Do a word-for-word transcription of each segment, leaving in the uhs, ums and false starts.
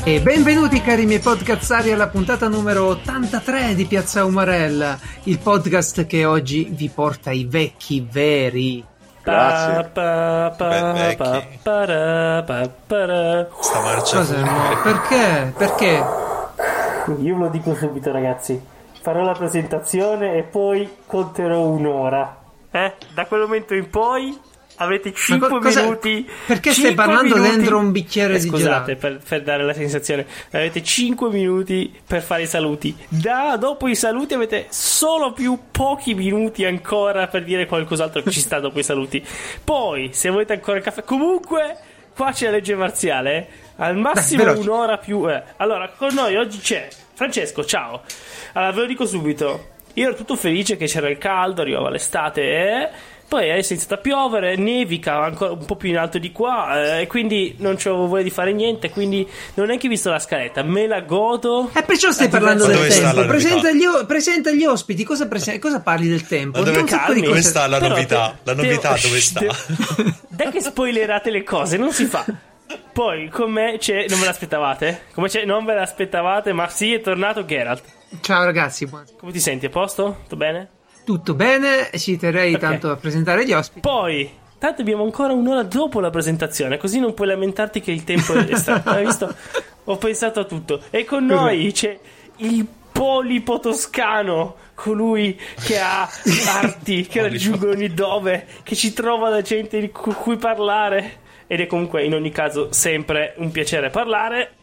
E benvenuti cari miei podcazzari alla puntata numero ottantatré di Piazza Umarella, il podcast che oggi vi porta i vecchi veri. Grazie. Pa, pa, pa, pa, pa, pa, Sta marcia. Cosa no? Perché? Perché? Io ve lo dico subito, ragazzi. Farò la presentazione e poi conterò un'ora. Eh? Da quel momento in poi avrete cinque co- cosa- minuti. Perché stai cinque parlando minuti, dentro un bicchiere eh, di scusate, gelato? per, per dare la sensazione. Avete cinque minuti per fare i saluti. Da dopo i saluti avete solo più pochi minuti ancora per dire qualcos'altro che ci sta dopo i saluti. Poi, se volete ancora il caffè, comunque qua c'è la legge marziale, eh? Al massimo Dai, un'ora più. Eh. Allora, con noi oggi c'è Francesco, ciao. Allora, ve lo dico subito. Io ero tutto felice che c'era il caldo, arrivava l'estate, eh? Poi è iniziato a piovere, nevica ancora un po' più in alto di qua, e eh, quindi non c'avevo voglia di fare niente, quindi non ho neanche visto la scaletta, me la godo. E perciò stai Eh, parlando del dove sta tempo. la novità? Presenta gli, o- presenta gli ospiti, cosa, prese- cosa parli del tempo? Ma dove, Un sacco di calmi. dove cose- sta la Però novità? te- La novità te- dove sta? te- Dai che spoilerate le cose, non si fa. Poi con me c'è, non ve l'aspettavate? Come c'è, non ve l'aspettavate, ma sì, è tornato Geralt. Ciao ragazzi, buon- Come ti senti, a posto? Tutto bene? tutto bene? Ci terrei Ok. tanto a presentare gli ospiti. Poi, tanto abbiamo ancora un'ora dopo la presentazione, così non puoi lamentarti che il tempo è stato. Hai visto? Ho pensato a tutto. E con noi c'è il polipo toscano, colui che ha arti che raggiungono ogni dove, che ci trova la gente con cui parlare. Ed è comunque, in ogni caso, sempre un piacere parlare.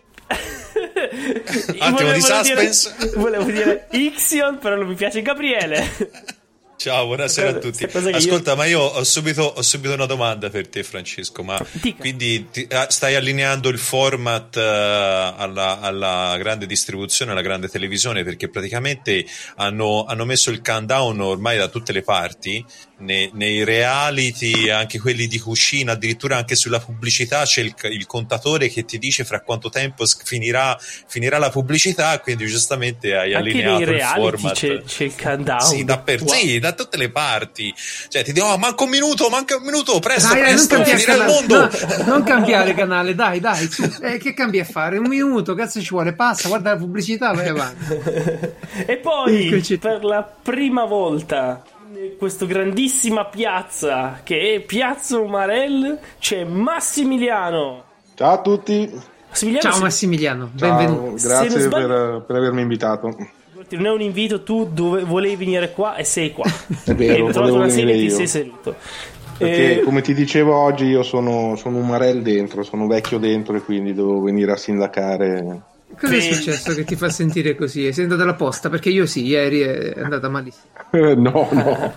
Attimo Volevo di suspense. Dire, volevo dire Ixion, però non mi piace Gabriele. Ciao, buonasera a Questa tutti. cosa che Ascolta, ma io ho subito, ho subito una domanda per te, Francesco. Ma Dica. quindi ti- ah, stai allineando il format eh, alla, alla grande distribuzione, alla grande televisione? Perché praticamente hanno, hanno messo il countdown ormai da tutte le parti, nei, nei reality, anche quelli di cucina, addirittura anche sulla pubblicità c'è il, il contatore che ti dice fra quanto tempo s- finirà, finirà la pubblicità, quindi giustamente hai Anche allineato nei il reality format. c'è, c'è il countdown. Sì, da per, Wow. sì, da tutte le parti. Cioè, ti dico, oh, manca un minuto, manca un minuto, presto, Dai, dai, non presto, cambiare finirà il canale. mondo. No, non cambiare canale, dai, dai. Su. Eh, che cambi a fare? Un minuto, cazzo ci vuole? Passa, guarda la pubblicità, vai avanti. E poi, Eccoci. per la prima volta in questa grandissima piazza che è Piazza Umarell, c'è Massimiliano. Ciao a tutti, Massimiliano, Ciao se- Massimiliano, ciao, benvenuto. Se non grazie sbaglio- per, per avermi invitato. non è un invito, tu dove volevi venire qua e sei qua. È vero, Hai trovato volevo una serie e venire ti io. sei seduto. Perché Eh, come ti dicevo oggi io sono, sono un Marel dentro, sono vecchio dentro e quindi devo venire a sindacare. Cosa è Sì. successo che ti fa sentire così? Sei andato alla posta? Perché io sì, ieri è andata malissimo. Eh, no, no.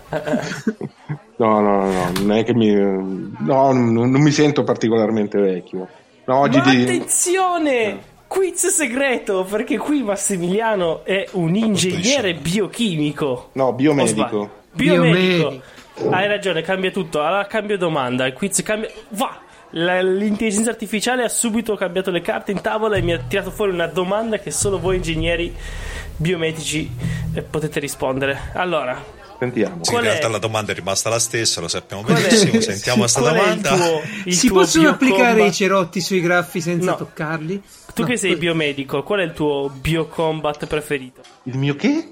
No, no, no, non è che mi... No, non, non mi sento particolarmente vecchio. No, oggi ma di... attenzione! Quiz segreto, perché qui Massimiliano è un ingegnere biochimico. No, O biomedico. sbaglio? Biomedico. Biomedico. Hai ragione, cambia tutto. Allora cambio domanda. Il quiz cambia. Va! La- l'intelligenza artificiale ha subito cambiato le carte in tavola e mi ha tirato fuori una domanda che solo voi ingegneri biomedici eh, potete rispondere. Allora, Sentiamo. Sì, in Qual è- realtà la domanda è rimasta la stessa, lo sappiamo qual è- benissimo. Sentiamo questa qual è il domanda. tuo- il Si tuo possono applicare biocombat- i cerotti sui graffi senza No. toccarli? Tu No, che sei così. biomedico, qual è il tuo biocombat preferito? Il mio che?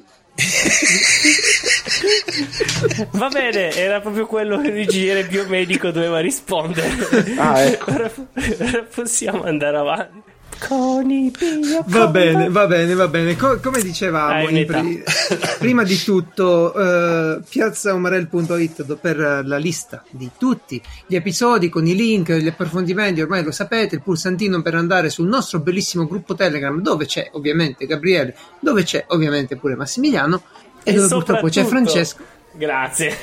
Va bene, era proprio quello che l'ingegnere biomedico doveva rispondere. Ah, ecco. Ora, ora possiamo andare avanti con i biocombat. Va bene, va bene, va bene. Co- come dicevamo, Hai in un'età. pri- prima di tutto, eh, piazza umarell punto it do- per la lista di tutti gli episodi con i link, gli approfondimenti, ormai lo sapete, il pulsantino per andare sul nostro bellissimo gruppo Telegram, dove c'è ovviamente Gabriele, dove c'è ovviamente pure Massimiliano e, E dove purtroppo c'è soprattutto- Francesco. Grazie.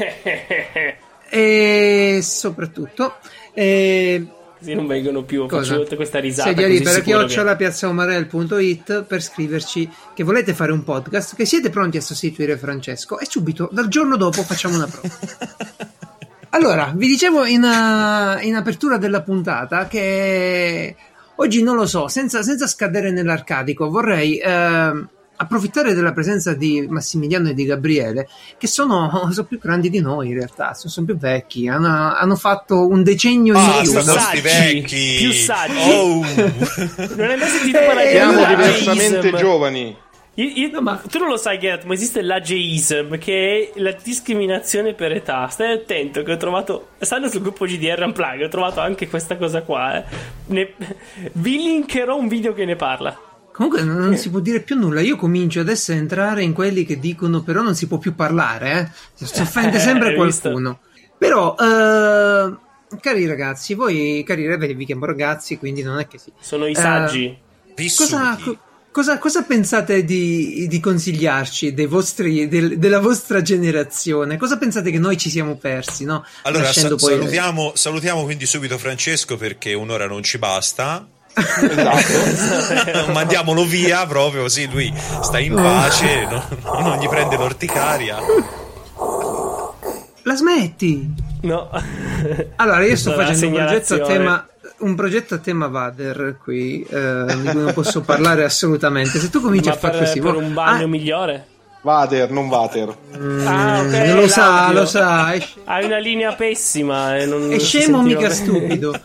E soprattutto... eh, Così non vengono più. Cosa? Faccio questa risata. Sedia così libera, sicuro che- chiocciola piazza umarell punto it per scriverci che volete fare un podcast, che siete pronti a sostituire Francesco e subito dal giorno dopo facciamo una prova. Allora, vi dicevo in, uh, in apertura della puntata che oggi non lo so, senza, senza scadere nell'arcadico, vorrei uh, approfittare della presenza di Massimiliano e di Gabriele, che sono, sono più grandi di noi in realtà, sono, sono più vecchi, hanno, hanno fatto un decennio in ah, più. Sono sti vecchi! Più saggi! Oh. Non hai mai sentito Eh, parlare siamo di diversamente ageism? giovani. Io- io- No, ma- Tu non lo sai, Gert, ma esiste l'ageism, che è la discriminazione per età. Stai attento, che ho trovato, stando sul gruppo G D R Unplugged, ho trovato anche questa cosa qua. eh. Ne- Vi linkerò un video che ne parla. Comunque non, non si può dire più nulla. Io comincio adesso a entrare in quelli che dicono però non si può più parlare, eh? Si offende sempre Eh, hai visto? qualcuno. Però, eh, cari ragazzi, voi, cari ragazzi, vi chiamo ragazzi, quindi non è che sì. Sono i Eh, saggi. Vissuti. Cosa, co- cosa, cosa pensate di, di consigliarci dei vostri, del- della vostra generazione? Cosa pensate che noi ci siamo persi, no? Allora, Lasciando sa- poi- salutiamo, salutiamo quindi subito Francesco, perché un'ora non ci basta. Esatto. Mandiamolo via proprio così, lui sta in pace, non, non gli prende l'orticaria. La smetti? No. Allora, io sto Questa è la facendo un progetto a segnalazione. tema un progetto a tema Vader qui, eh, di cui non posso parlare assolutamente. Se tu cominci Ma a fare per, così, per vo- un bagno ah, migliore? Vader, non Vader. mm, Ah, ok, lo sa, l'audio. lo sa, è, sc- Hai una linea pessima e non è non si scemo, sentiva mica bene. stupido.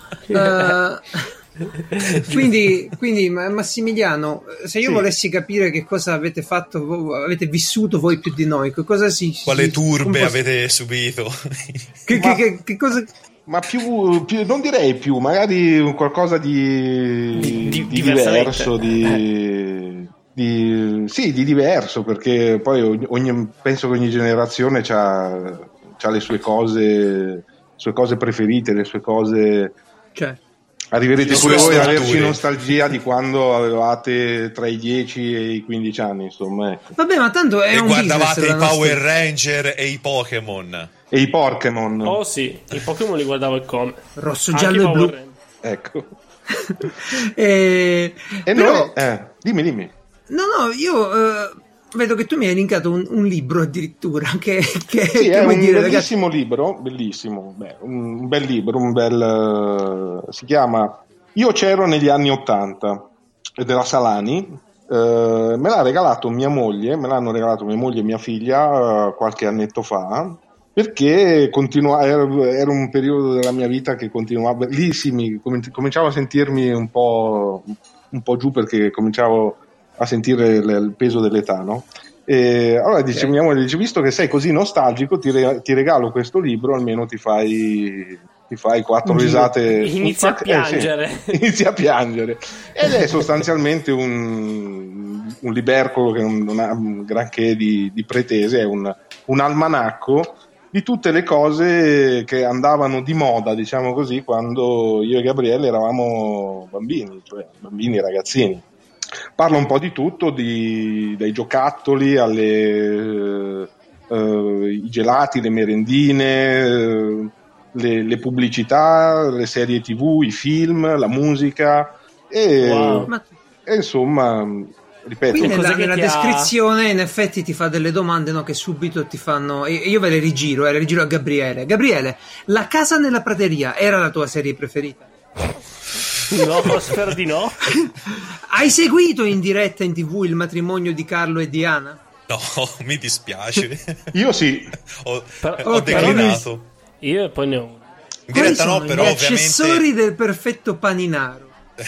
Eh, quindi, quindi ma- Massimiliano, se io Sì. volessi capire che cosa avete fatto, vo- avete vissuto voi più di noi, che cosa si, Quale si- turbe un po' avete subito? che, che, Ma- che, che cosa Ma più, più- non direi più, magari qualcosa di, Di- di- di diversamente. diverso, di, di- sì, di diverso, perché poi ogni, ogni- penso che ogni generazione ha le sue cose, sue cose preferite, le sue cose. cioè, Arriverete Le pure sue voi ad strutture. averci nostalgia di quando avevate tra i dieci e i quindici anni, insomma, ecco. vabbè, ma tanto è E un guardavate business i la nostra- Power Ranger e i Pokémon. E i Pokémon, Oh sì, i Pokémon li guardavo e come. rosso, Anche giallo i e Power blu. Rangers. ecco. e, E però, noi, eh, dimmi, dimmi. no, no, io eh, vedo che tu mi hai linkato un, un libro addirittura che, che, Sì, che è vuoi un dire, ragazzi? bellissimo libro, bellissimo, beh, un bel libro, un bel, eh, si chiama Io c'ero negli anni Ottanta, è della Salani, eh, me l'ha regalato mia moglie, me l'hanno regalato mia moglie e mia figlia eh, qualche annetto fa, perché continua, era, era un periodo della mia vita che continuava, lì sì, mi, com- cominciavo a sentirmi un po', un po' giù, perché cominciavo a sentire il, il peso dell'età, no? E allora dice Ok. mia moglie, dice, visto che sei così nostalgico, ti, re- ti regalo questo libro, almeno ti fai, ti fai quattro Un giro. risate. Inizia a Eh, sì, piangere. inizia a piangere. Ed è sostanzialmente un, un libercolo che non, non ha un granché di, di pretese, è un, un almanacco di tutte le cose che andavano di moda, diciamo così, quando io e Gabriele eravamo bambini, cioè bambini ragazzini. Parla un po' di tutto, di, dai giocattoli alle eh, i gelati, le merendine, eh, le, le pubblicità, le serie tivù, i film, la musica e, Wow. Ma e insomma, ripeto, qui E cos'è nella, che nella ti ha- descrizione in effetti ti fa delle domande, no, che subito ti fanno, e io ve le rigiro, eh, le rigiro a Gabriele. Gabriele, La casa nella prateria era la tua serie preferita? No, spero di no. Hai seguito in diretta in tv il matrimonio di Carlo e Diana? No, mi dispiace. io sì, Ho, Però- ho ok, declinato. Io e poi ne ho uno. In Quali diretta no, sono però gli ovviamente... accessori del perfetto paninaro?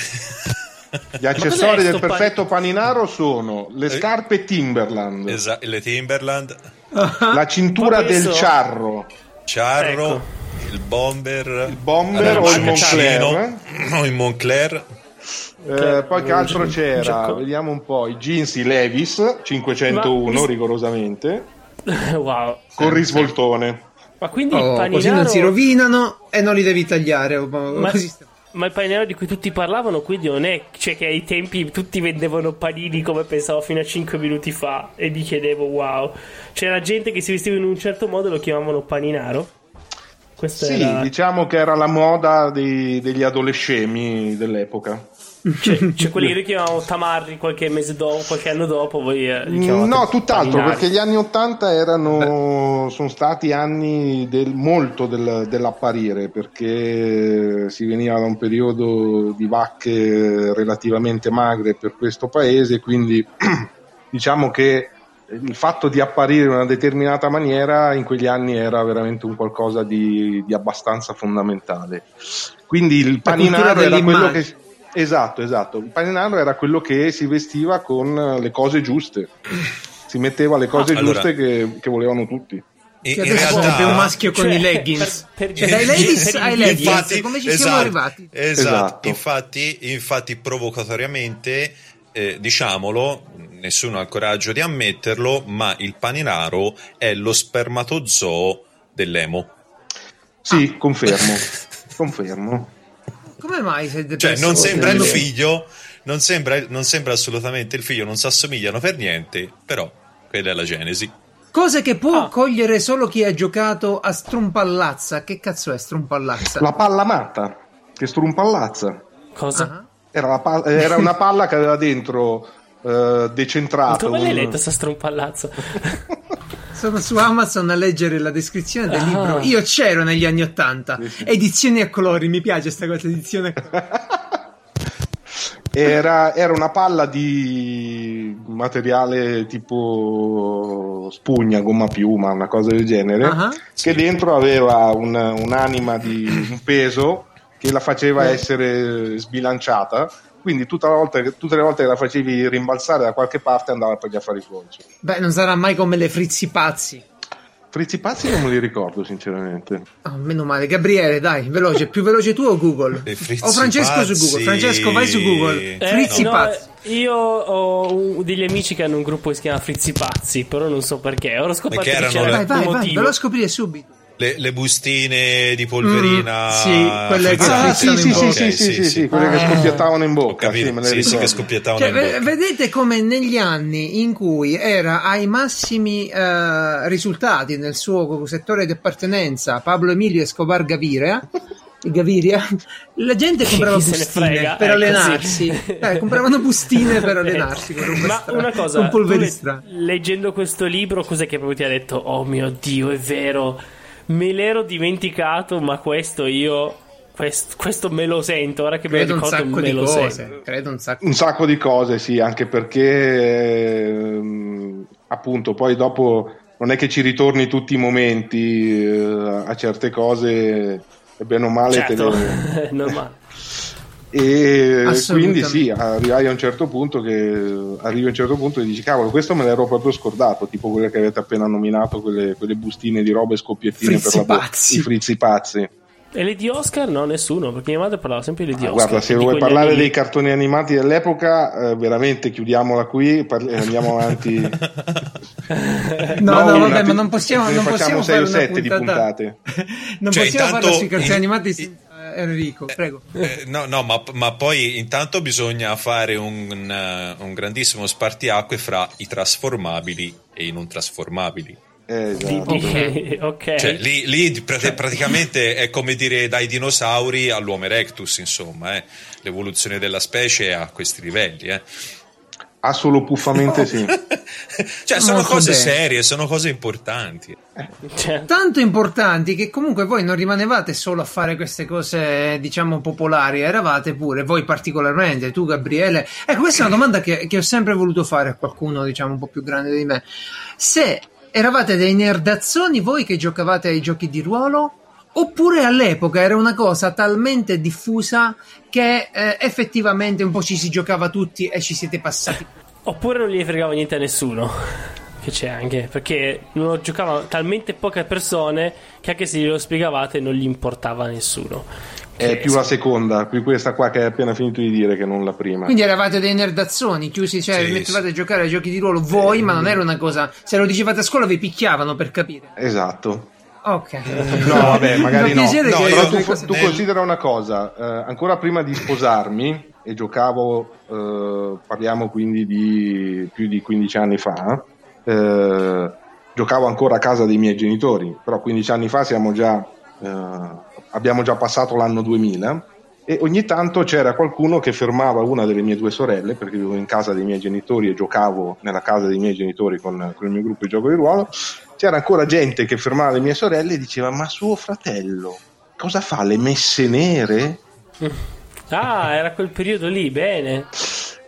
gli accessori cos'è del sto perfetto paninaro sono le Eh. scarpe Timberland, Esa- le Timberland, la cintura Proprio del so. Ciarro, Ciarro, Ecco. il Bomber, il Bomber Allora, o il bagaglino, Moncler. no, il Moncler. Eh, poi che altro Un c'era? giacco- Vediamo un po'. I jeans, i Levis cinquecentouno Ma- rigorosamente, Wow. con risvoltone. Ma quindi il Oh, paninaro... così non si rovinano e non li devi tagliare. o- Ma, così sta- ma il paninaro di cui tutti parlavano, quindi non è, cioè, che ai tempi tutti vendevano panini come pensavo fino a cinque minuti fa, e mi chiedevo wow, c'era gente che si vestiva in un certo modo e lo chiamavano paninaro. Questo Sì, era... diciamo che era la moda dei- degli adolescemi dell'epoca. Cioè, cioè quelli che noi chiamavamo tamarri qualche mese dopo, qualche anno dopo, voi eh, li chiamavate No, tutt'altro, paninari. perché gli anni Ottanta erano, sono stati anni del, molto del, dell'apparire, perché si veniva da un periodo di vacche relativamente magre per questo paese, quindi diciamo che il fatto di apparire in una determinata maniera in quegli anni era veramente un qualcosa di, di abbastanza fondamentale. Quindi il paninaro era quello che esatto, esatto, il paninaro era quello che si vestiva con le cose giuste, si metteva le cose ah, giuste allora, che, che volevano tutti. In, in realtà è un maschio con cioè, i leggings, per, per, dai ladies ai leggings, infatti, come ci esatto, siamo arrivati? Esatto, esatto. Infatti, infatti provocatoriamente eh, diciamolo, nessuno ha il coraggio di ammetterlo, ma il paninaro è lo spermatozoo dell'emo. Sì, ah. confermo, confermo. Come mai sei cioè, non sembra il figlio, non sembra, non sembra assolutamente il figlio, non si assomigliano per niente, però quella è la genesi. Cose che può ah. cogliere solo chi ha giocato a Strumpallazza. Che cazzo è Strumpallazza? La palla matta, che Strumpallazza. Cosa? Uh-huh. Era, la palla, era una palla che aveva dentro uh, decentrato. Dove l'hai un... letta sta Strumpallazza? Sono su Amazon a leggere la descrizione del ah. libro. Io c'ero negli anni Ottanta. Sì, sì. Edizioni a colori, mi piace sta cosa, edizione a colori. Era, era una palla di materiale tipo spugna, gomma piuma, una cosa del genere, uh-huh. che sì. dentro aveva un, un'anima di un peso che la faceva uh-huh. essere sbilanciata, quindi tutta la volta, tutte le volte che la facevi rimbalzare da qualche parte andava per gli affari suoi. Beh, non sarà mai come le Frizzi Pazzi. Frizzi Pazzi non me li ricordo sinceramente. Oh, meno male. Gabriele, dai, veloce, più veloce tu o Google? O Francesco Pazzi. su Google. Francesco, vai su Google. Eh, Frizzi no, Pazzi. Io ho degli amici che hanno un gruppo che si chiama Frizzi Pazzi, però non so perché. Ora ho scoperto che c'era vai, vai, un vai, motivo. Ve lo scoprire subito. Le, le bustine di polverina, mm, sì, quelle che ah, sì, sì, sì, sì, sì, sì, sì, quelle ah, che scoppiettavano in bocca. Capito, sì, me le sì, sì, che scoppiettavano cioè, in bocca. Vedete come negli anni in cui era ai massimi uh, risultati nel suo settore di appartenenza Pablo Emilio Escobar Gaviria, Gaviria, la gente comprava bustine frega, per ecco, allenarsi, sì. eh, compravano bustine per allenarsi. Con Ma strana, una cosa, con polveri strani. Leggendo questo libro, cos'è che proprio ti ha detto? Oh mio Dio, è vero. Me l'ero dimenticato, ma questo io questo, questo me lo sento. Ora che credo me lo ricordo, un sacco me di lo cose. sento. Credo un sacco. Un sacco di cose, sì, anche perché ehm, appunto poi dopo non è che ci ritorni tutti i momenti eh, a certe cose, e bene o male certo. te le... normale. E quindi sì, arrivai a un certo punto che arrivi a un certo punto e dici cavolo, questo me l'ero proprio scordato, tipo quelle che avete appena nominato, quelle, quelle bustine di robe scoppiettine frizzi per la bocca, i frizzi pazzi. E le di Oscar? No, nessuno, perché mia madre parlava sempre di ah, Oscar. Guarda, se vuoi parlare anni... dei cartoni animati dell'epoca, eh, veramente chiudiamola qui, parli- andiamo avanti. no, no, no vabbè, ma non possiamo, non possiamo sei o sette di puntate. non cioè, possiamo intanto, parlare sui cartoni in... animati. Enrico, prego. Eh, no, no, ma, ma poi intanto bisogna fare un, un grandissimo spartiacque fra i trasformabili e i non trasformabili. Esatto. Ok, okay. Cioè, lì, lì praticamente è come dire dai dinosauri all'Homo erectus, insomma, eh. L'evoluzione della specie è a questi livelli, eh. Ah, solo puffamente no. sì. Cioè, sono Molto cose bene. serie, sono cose importanti. Cioè. Tanto importanti che comunque voi non rimanevate solo a fare queste cose, diciamo, popolari, eravate pure, voi particolarmente, tu Gabriele. Ecco, questa è una domanda che, che ho sempre voluto fare a qualcuno, diciamo, un po' più grande di me. Se eravate dei nerdazzoni voi che giocavate ai giochi di ruolo, oppure all'epoca era una cosa talmente diffusa che eh, effettivamente un po' ci si giocava tutti e ci siete passati. Oppure non gli fregava niente a nessuno, che c'è anche, perché non lo giocavano talmente poche persone che anche se glielo spiegavate non gli importava a nessuno. È che più la seconda, più questa qua che hai appena finito di dire, che non la prima. Quindi eravate dei nerdazzoni chiusi, cioè vi sì, mettevate sì. a giocare ai giochi di ruolo voi, eh, ma non era una cosa, se lo dicevate a scuola vi picchiavano, per capire. Esatto. Ok. No, vabbè, magari no. no no però io, tu, tu nel... considera una cosa, eh, ancora prima di sposarmi, e giocavo, eh, parliamo quindi di più di quindici anni fa, eh, giocavo ancora a casa dei miei genitori, però quindici anni fa siamo già, eh, abbiamo già passato l'anno duemila, e ogni tanto c'era qualcuno che fermava una delle mie due sorelle, perché vivevo in casa dei miei genitori e giocavo nella casa dei miei genitori con, con il mio gruppo di gioco di ruolo. C'era ancora gente che fermava le mie sorelle e diceva: ma suo fratello cosa fa, le messe nere? Ah, era quel periodo lì, bene.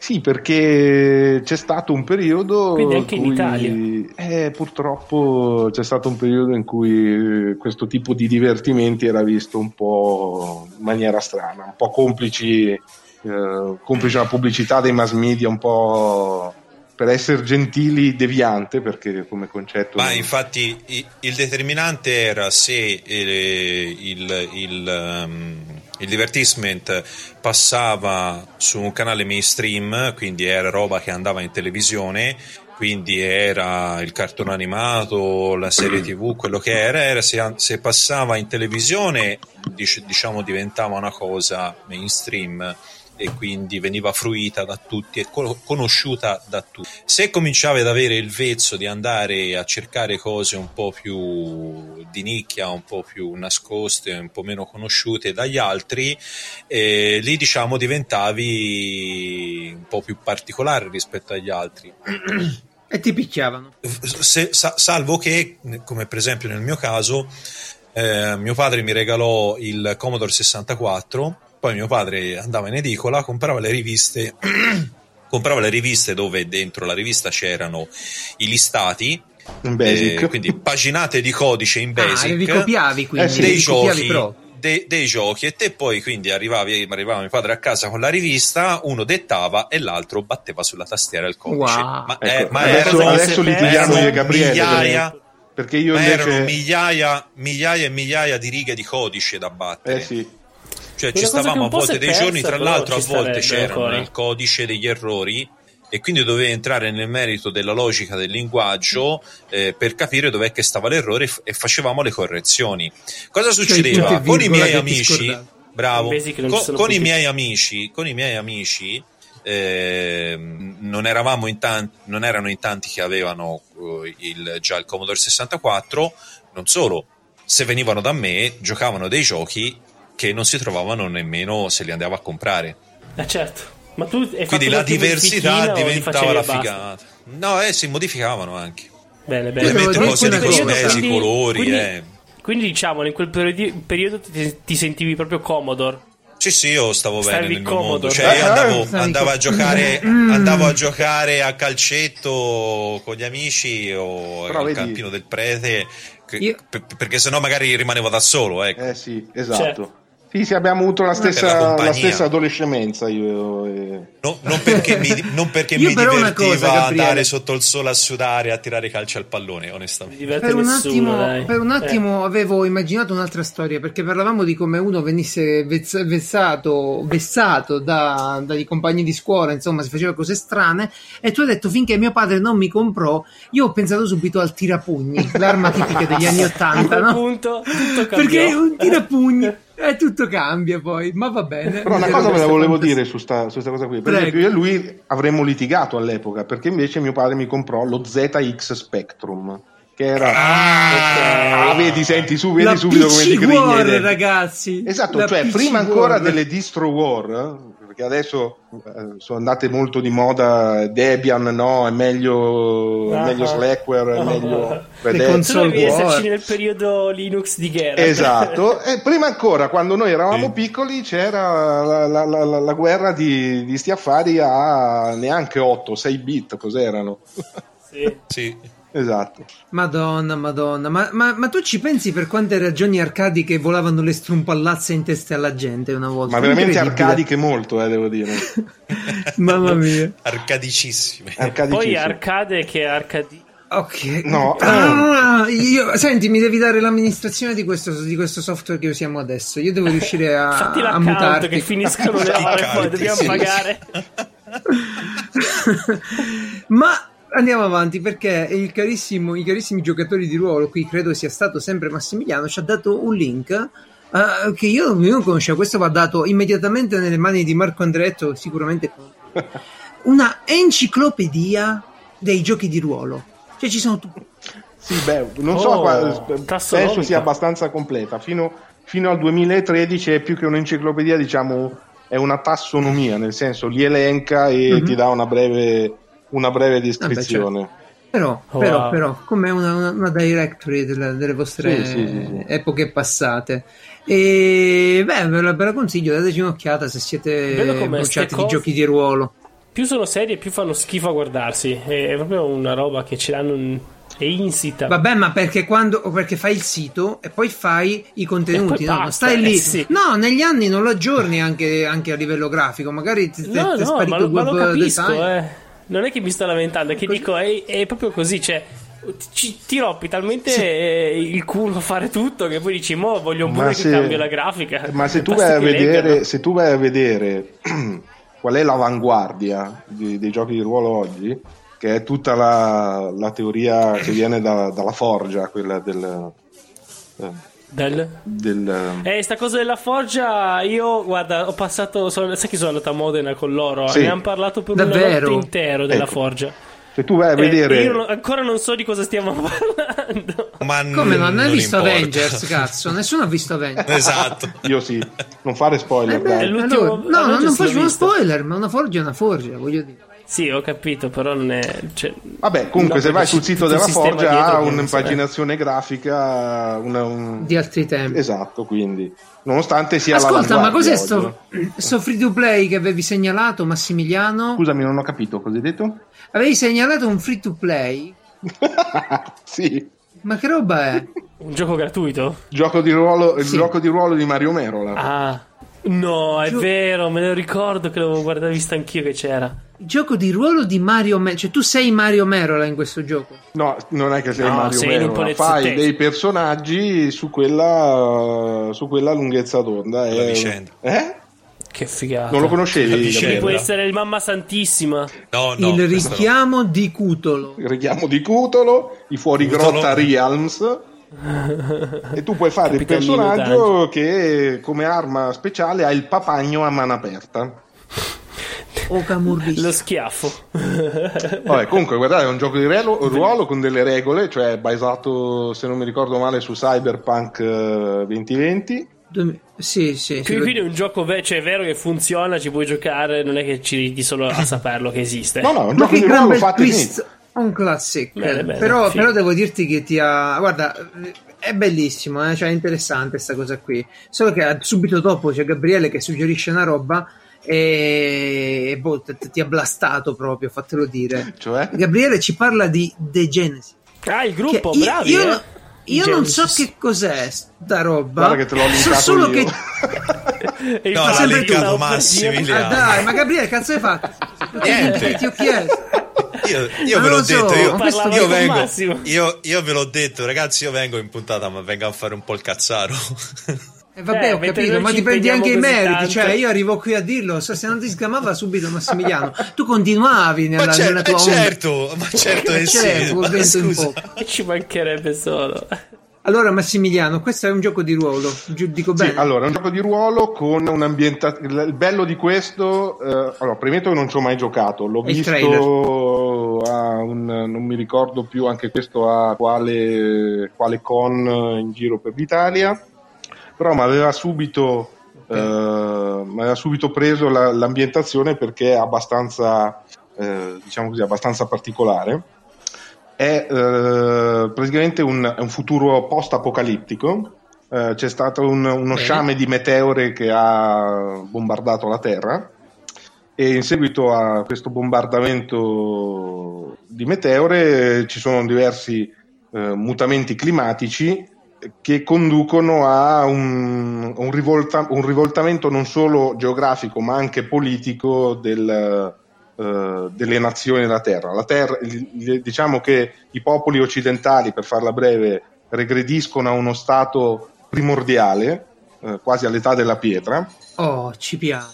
Sì, perché c'è stato un periodo. Quindi anche in, in cui, Italia. Eh, purtroppo c'è stato un periodo in cui questo tipo di divertimenti era visto un po' in maniera strana, un po' complici, eh, complice la pubblicità dei mass media, un po' per essere gentili deviante, perché come concetto. Ma non... infatti il determinante era se eh, il, il, um, il divertissement passava su un canale mainstream, quindi era roba che andava in televisione, quindi era il cartone animato, la serie tv, quello che era, era se, se passava in televisione, diciamo diventava una cosa mainstream e quindi veniva fruita da tutti e conosciuta da tutti. Se cominciavi ad avere il vezzo di andare a cercare cose un po' più di nicchia, un po' più nascoste, un po' meno conosciute dagli altri, eh, lì diciamo diventavi un po' più particolare rispetto agli altri. E ti picchiavano. Se, sa, salvo che, come per esempio nel mio caso, eh, mio padre mi regalò il Commodore sessantaquattro. Poi mio padre andava in edicola, comprava le riviste, comprava le riviste dove dentro la rivista c'erano i listati, in Basic. Eh, quindi paginate di codice in Basic, ah, li copiavi, quindi, eh sì, dei, li giochi, però. de, dei giochi, e te poi quindi arrivavi, arrivava mio padre a casa con la rivista, uno dettava e l'altro batteva sulla tastiera il codice. Wow. Ma, ecco, eh, ma adesso, erano, adesso litighiamo io e Gabriele, migliaia, perché io ma invece... erano migliaia, migliaia e migliaia di righe di codice da battere. Eh sì. Cioè ci stavamo a volte dei giorni, tra l'altro a volte c'erano ancora. il codice degli errori e quindi dovevi entrare nel merito della logica del linguaggio eh, per capire dov'è che stava l'errore e facevamo le correzioni. Cosa succedeva? Cioè, con i miei amici, bravo, con, con i miei amici, con i miei amici eh, non eravamo in tanti, non erano in tanti che avevano uh, il, già il Commodore sessantaquattro, non solo, se venivano da me giocavano dei giochi che non si trovavano nemmeno se li andavo a comprare. Eh certo, ma tu hai quindi la diversità diventava la figata. No, eh, si modificavano anche. Bene, bene. Ovviamente cose di periodo, cosmesi, quindi, colori, quindi, eh. Quindi diciamo, in quel periodo, periodo ti, ti sentivi proprio Commodore. Sì, sì, io stavo Stavi bene nel mio Commodore. mondo. Cioè, io andavo, Eh, andavo a giocare, mm. andavo a giocare a calcetto con gli amici o Però al vedi, campino del prete, che, io... per, perché sennò magari rimanevo da solo, ecco. Eh sì, esatto. Certo. Sì, sì, abbiamo avuto la stessa, la la stessa adolescenza io e... no, non perché mi, non perché Io mi però divertiva una cosa, andare sotto il sole a sudare a tirare calci al pallone, onestamente. Per un nessuno, attimo, dai. per un attimo eh. avevo immaginato un'altra storia, perché parlavamo di come uno venisse vez- vessato, vessato da, dai compagni di scuola, insomma si faceva cose strane, e tu hai detto finché mio padre non mi comprò, io ho pensato subito al tirapugni, l'arma tipica degli anni ottanta, no? Punto, tutto cambiò. Perché un tirapugni e tutto cambia poi, ma va bene. Però una cosa ve la volevo dire su sta, su sta cosa qui. Per Prego. esempio io e lui avremmo litigato all'epoca, perché invece mio padre mi comprò lo Z X Spectrum, che era Ah, ah, vedi, senti su, vedi la subito come ti P C War, griglie. ragazzi. Esatto, La cioè P C prima ancora War. delle distro war, perché adesso eh, sono andate molto di moda Debian, no, è meglio, Ah. è meglio Slackware, è Ah. meglio Le Red Hat. console tu devi war. esserci nel periodo Linux di guerra. Esatto, e prima ancora quando noi eravamo piccoli c'era la, la, la, la, la guerra di, di sti affari a neanche otto sei bit, cos'erano? Sì. Sì. Esatto. Madonna, madonna, ma, ma, ma tu ci pensi per quante ragioni arcadiche volavano le strumpallazze in testa alla gente una volta? Ma veramente Incredibile. arcadiche molto, eh, devo dire. Mamma mia. Arcadicissime. Arcadicissime. Poi arcade che arcadi. Ok. No. Ah, io, senti, mi devi dare l'amministrazione di questo, di questo software che usiamo adesso. Io devo riuscire a, Fatti a l'account mutarti. che finiscono le ore e poi dobbiamo sì. pagare. Ma andiamo avanti, perché il carissimo, i carissimi giocatori di ruolo, qui credo sia stato sempre Massimiliano, ci ha dato un link uh, che io, io non conoscevo. Questo va dato immediatamente nelle mani di Marco Andretto, sicuramente una enciclopedia dei giochi di ruolo. Cioè ci sono tutti. Sì, beh, non Oh, so, qua, tassonomica. penso sia abbastanza completa. Fino, fino al duemilatredici è più che un'enciclopedia, diciamo, è una tassonomia, nel senso li elenca e Mm-hmm. ti dà una breve, una breve descrizione. Ah, beh, certo. Però, Wow. però, però, come una, una, una directory delle, delle vostre Sì, sì, sì, sì. epoche passate. E beh, ve la, ve la consiglio, dateci un'occhiata se siete Bello come ste bruciati di cose- giochi di ruolo. più sono serie più fanno schifo a guardarsi. È proprio una roba che ce l'hanno in... è insita. Vabbè, ma perché quando perché fai il sito e poi fai i contenuti, no? Non stai lì. Eh, sì. No, negli anni non lo aggiorni anche, anche a livello grafico. Magari ti No, ti è no, sparito ma, lo- il ma web lo capisco, design. eh. Non è che mi sto lamentando, è che Così. dico, è, è proprio così, cioè ci, ti rompi talmente Sì. eh, il culo a fare tutto che poi dici, mo voglio pure Ma che se- cambio la grafica. Ma se tu Basta vai a che vedere, leggano. se tu vai a vedere qual è l'avanguardia di- dei giochi di ruolo oggi, che è tutta la, la teoria che viene da- dalla forgia, quella del, eh, Del... del Eh, sta cosa della forgia, io guarda, ho passato, sono, sai che sono andato a Modena con loro, Sì. ne hanno parlato per Davvero? una notte intero della Ecco. forgia. se tu vai a Eh, vedere io non- ancora non so di cosa stiamo parlando. Ma Come non, non hai visto importa. Avengers, cazzo? Nessuno ha visto Avengers. Esatto. io sì, non fare spoiler, Eh beh, dai. l'ultimo- allora- no, Avengers non l'ho faccio uno visto. spoiler, ma una forgia è una forgia, voglio dire. Sì, ho capito, però non è... Cioè, Vabbè, comunque no, se vai perché sul c'è sito tutto il della sistema forgia dietro ha che non so, un'impaginazione grafica una, un... Di altri tempi. esatto, quindi nonostante sia Ascolta, ma all'avanguardia cos'è sto, oggi. sto free to play che avevi segnalato, Massimiliano? Scusami, non ho capito cosa hai detto. Avevi segnalato un free to play? Sì, Ma che roba è? un gioco gratuito? gioco di ruolo, il Sì. gioco di ruolo di Mario Merola. Ah, no, è Gio- vero, me lo ricordo che l'avevo guardato, visto anch'io che c'era. Gioco di ruolo di Mario Merola. Cioè tu sei Mario Merola in questo gioco? No, non è che sei No, Mario sei in un Merola, fai poliziottesco. dei personaggi su quella su quella lunghezza d'onda. La È- vicenda. Eh? Che figata. Non lo conoscevi? La Quindi vicenda. può Gabriele? essere il Mamma Santissima. No, no, Il questo no. richiamo di Cutolo. Il richiamo di Cutolo, i fuorigrotta Cutolo. Realms. E tu puoi fare il Capitolino personaggio che come arma speciale ha il papagno a mano aperta. O Camurris. Lo schiaffo. Vabbè, comunque guardate, è un gioco di ruolo, ruolo con delle regole, cioè basato, se non mi ricordo male, su Cyberpunk eh, duemilaventi. Due- Sì, sì. sì, Quindi, lo- quindi è un gioco ve- cioè, è vero che funziona, ci puoi giocare, non è che ci ridi solo a saperlo che esiste. No, no, è un Ma gioco che di gran ruolo bel fatto e twist. finito. Un classic. Bene, bene, però, figo. però devo dirti che ti ha. Guarda, è bellissimo, eh? Cioè, è interessante questa cosa qui. Solo che subito dopo c'è Gabriele che suggerisce una roba e, e boh, t- ti ha blastato proprio, fatelo dire. Cioè? Gabriele ci parla di The Genesis. Ah, il gruppo, Che io- bravi, io, eh. io non so Genesis. che cos'è sta roba. Guarda che te l'ho so linkato solo io. che E No, infatti l'ha sempre linkato stavo per Massimiliano. dire- Ah, dai, ma Gabriele, cazzo hai fatto? Niente. Ti ho chiesto. Io, io Non ve l'ho lo so, detto, io, ma parlavo io con vengo, Massimo. io, io ve l'ho detto, ragazzi, io vengo in puntata, ma vengo a fare un po' il cazzaro. E vabbè, Eh, ho mentre capito, noi ma ci ti prendi anche i impegniamo così meriti. tanto. Cioè, io arrivo qui a dirlo. So, se non ti sgamava subito Massimiliano, tu continuavi nella, ma, cer- nella tua eh, onda. certo, ma certo che sì. Certo, Ma vento in scusa. poco. Ci mancherebbe solo. Allora, Massimiliano, questo è un gioco di ruolo. Giu- dico Sì, bene. allora, è un gioco di ruolo con un'ambientazione. Il bello di questo, eh, allora, premetto che non ci ho mai giocato, l'ho È il visto a un, non mi ricordo più anche questo a quale, quale con in giro per l'Italia, però mi aveva subito, Ok. eh, m'aveva subito preso la- l'ambientazione perché è abbastanza, eh, diciamo così, abbastanza particolare. È eh, praticamente un, è un futuro post-apocalittico. Eh, c'è stato un- uno Bene. sciame di meteore che ha bombardato la Terra e in seguito a questo bombardamento di meteore ci sono diversi eh, mutamenti climatici che conducono a un, un, rivolta- un rivoltamento non solo geografico ma anche politico del, eh, delle nazioni della Terra. La terra il- il- diciamo che i popoli occidentali, per farla breve, regrediscono a uno stato primordiale, eh, quasi all'età della pietra, Oh, ci piace.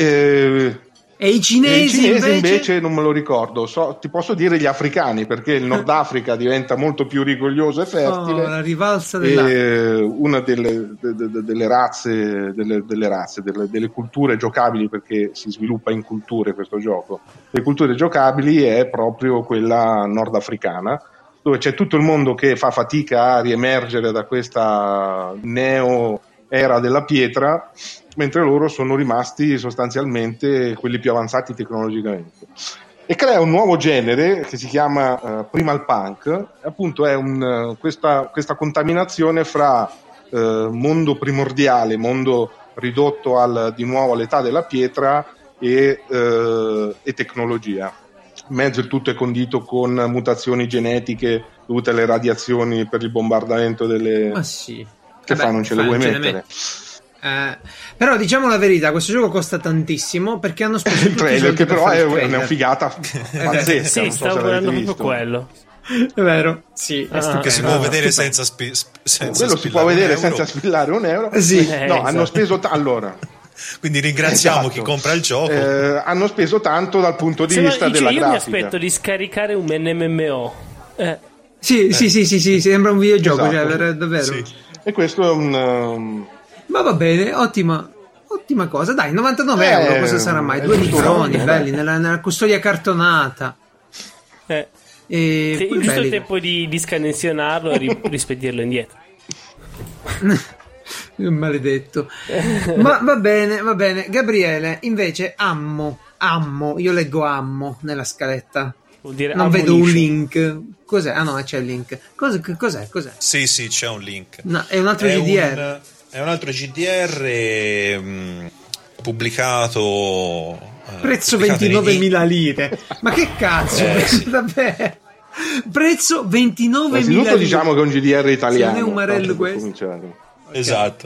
e, E i e i cinesi, cinesi invece... invece... non me lo ricordo. So- ti posso dire gli africani, perché il Nord Africa diventa molto più rigoglioso e Oh, fertile. la rivalsa della... E una delle, de- de- delle razze, delle, delle, razze delle, delle culture giocabili, perché si sviluppa in culture questo gioco, le culture giocabili è proprio quella nordafricana, dove c'è tutto il mondo che fa fatica a riemergere da questa neo era della pietra, mentre loro sono rimasti sostanzialmente quelli più avanzati tecnologicamente. E crea un nuovo genere che si chiama uh, primal punk, appunto è un, uh, questa, questa contaminazione fra uh, mondo primordiale, mondo ridotto al, di nuovo all'età della pietra, e, eh, e tecnologia. In mezzo il tutto è condito con mutazioni genetiche dovute alle radiazioni per il bombardamento delle... Ma sì. Che Vabbè, fa, non ce le fa, vuoi ce mettere? Eh, però diciamo la verità, questo gioco costa tantissimo perché hanno speso Il trailer, che però è una figata pazzesca. Sì, non so stavo se guardando l'avete proprio visto. quello. È vero, sì, è Ah, stupendo. Che si può Ah, vedere stupendo. senza, spi- senza Quello si può spillare un vedere euro. senza spillare un euro. Sì. Eh, No, esatto. hanno speso ta- allora Quindi ringraziamo esatto. chi compra il gioco. Eh, hanno speso tanto dal punto di Se no, vista cioè, della io grafica. mi aspetto di scaricare un M M O. Eh, Sì, sì, sì, sì, sì, sembra un videogioco, Esatto. cioè, ver- davvero. Sì. E questo è un um, Ma va bene, ottima, ottima cosa. Dai, novantanove Eh, euro, cosa sarà mai? è Due giusto, litroni no? belli nella, nella custodia cartonata. eh. E Sì, poi giusto belli. il tempo di, di scannenzionarlo e ri- rispedirlo indietro. Maledetto. Ma va bene, va bene. Gabriele, invece, ammo, ammo, io leggo ammo nella scaletta. Vuol dire Non vedo un ammunition. link. Cos'è? Ah no, c'è il link. Cosa, cos'è? Cos'è? Sì, sì, c'è un link. No, è un altro È G D R. un, è un altro G D R mh, pubblicato. eh, Prezzo pubblicato in- ventinovemila lire. Ma che cazzo? Eh, sì. Davvero? Prezzo ventinovemila lire. innanzitutto diciamo che è un G D R italiano. Se non è un Marello tanto per questo. cominciare. Esatto.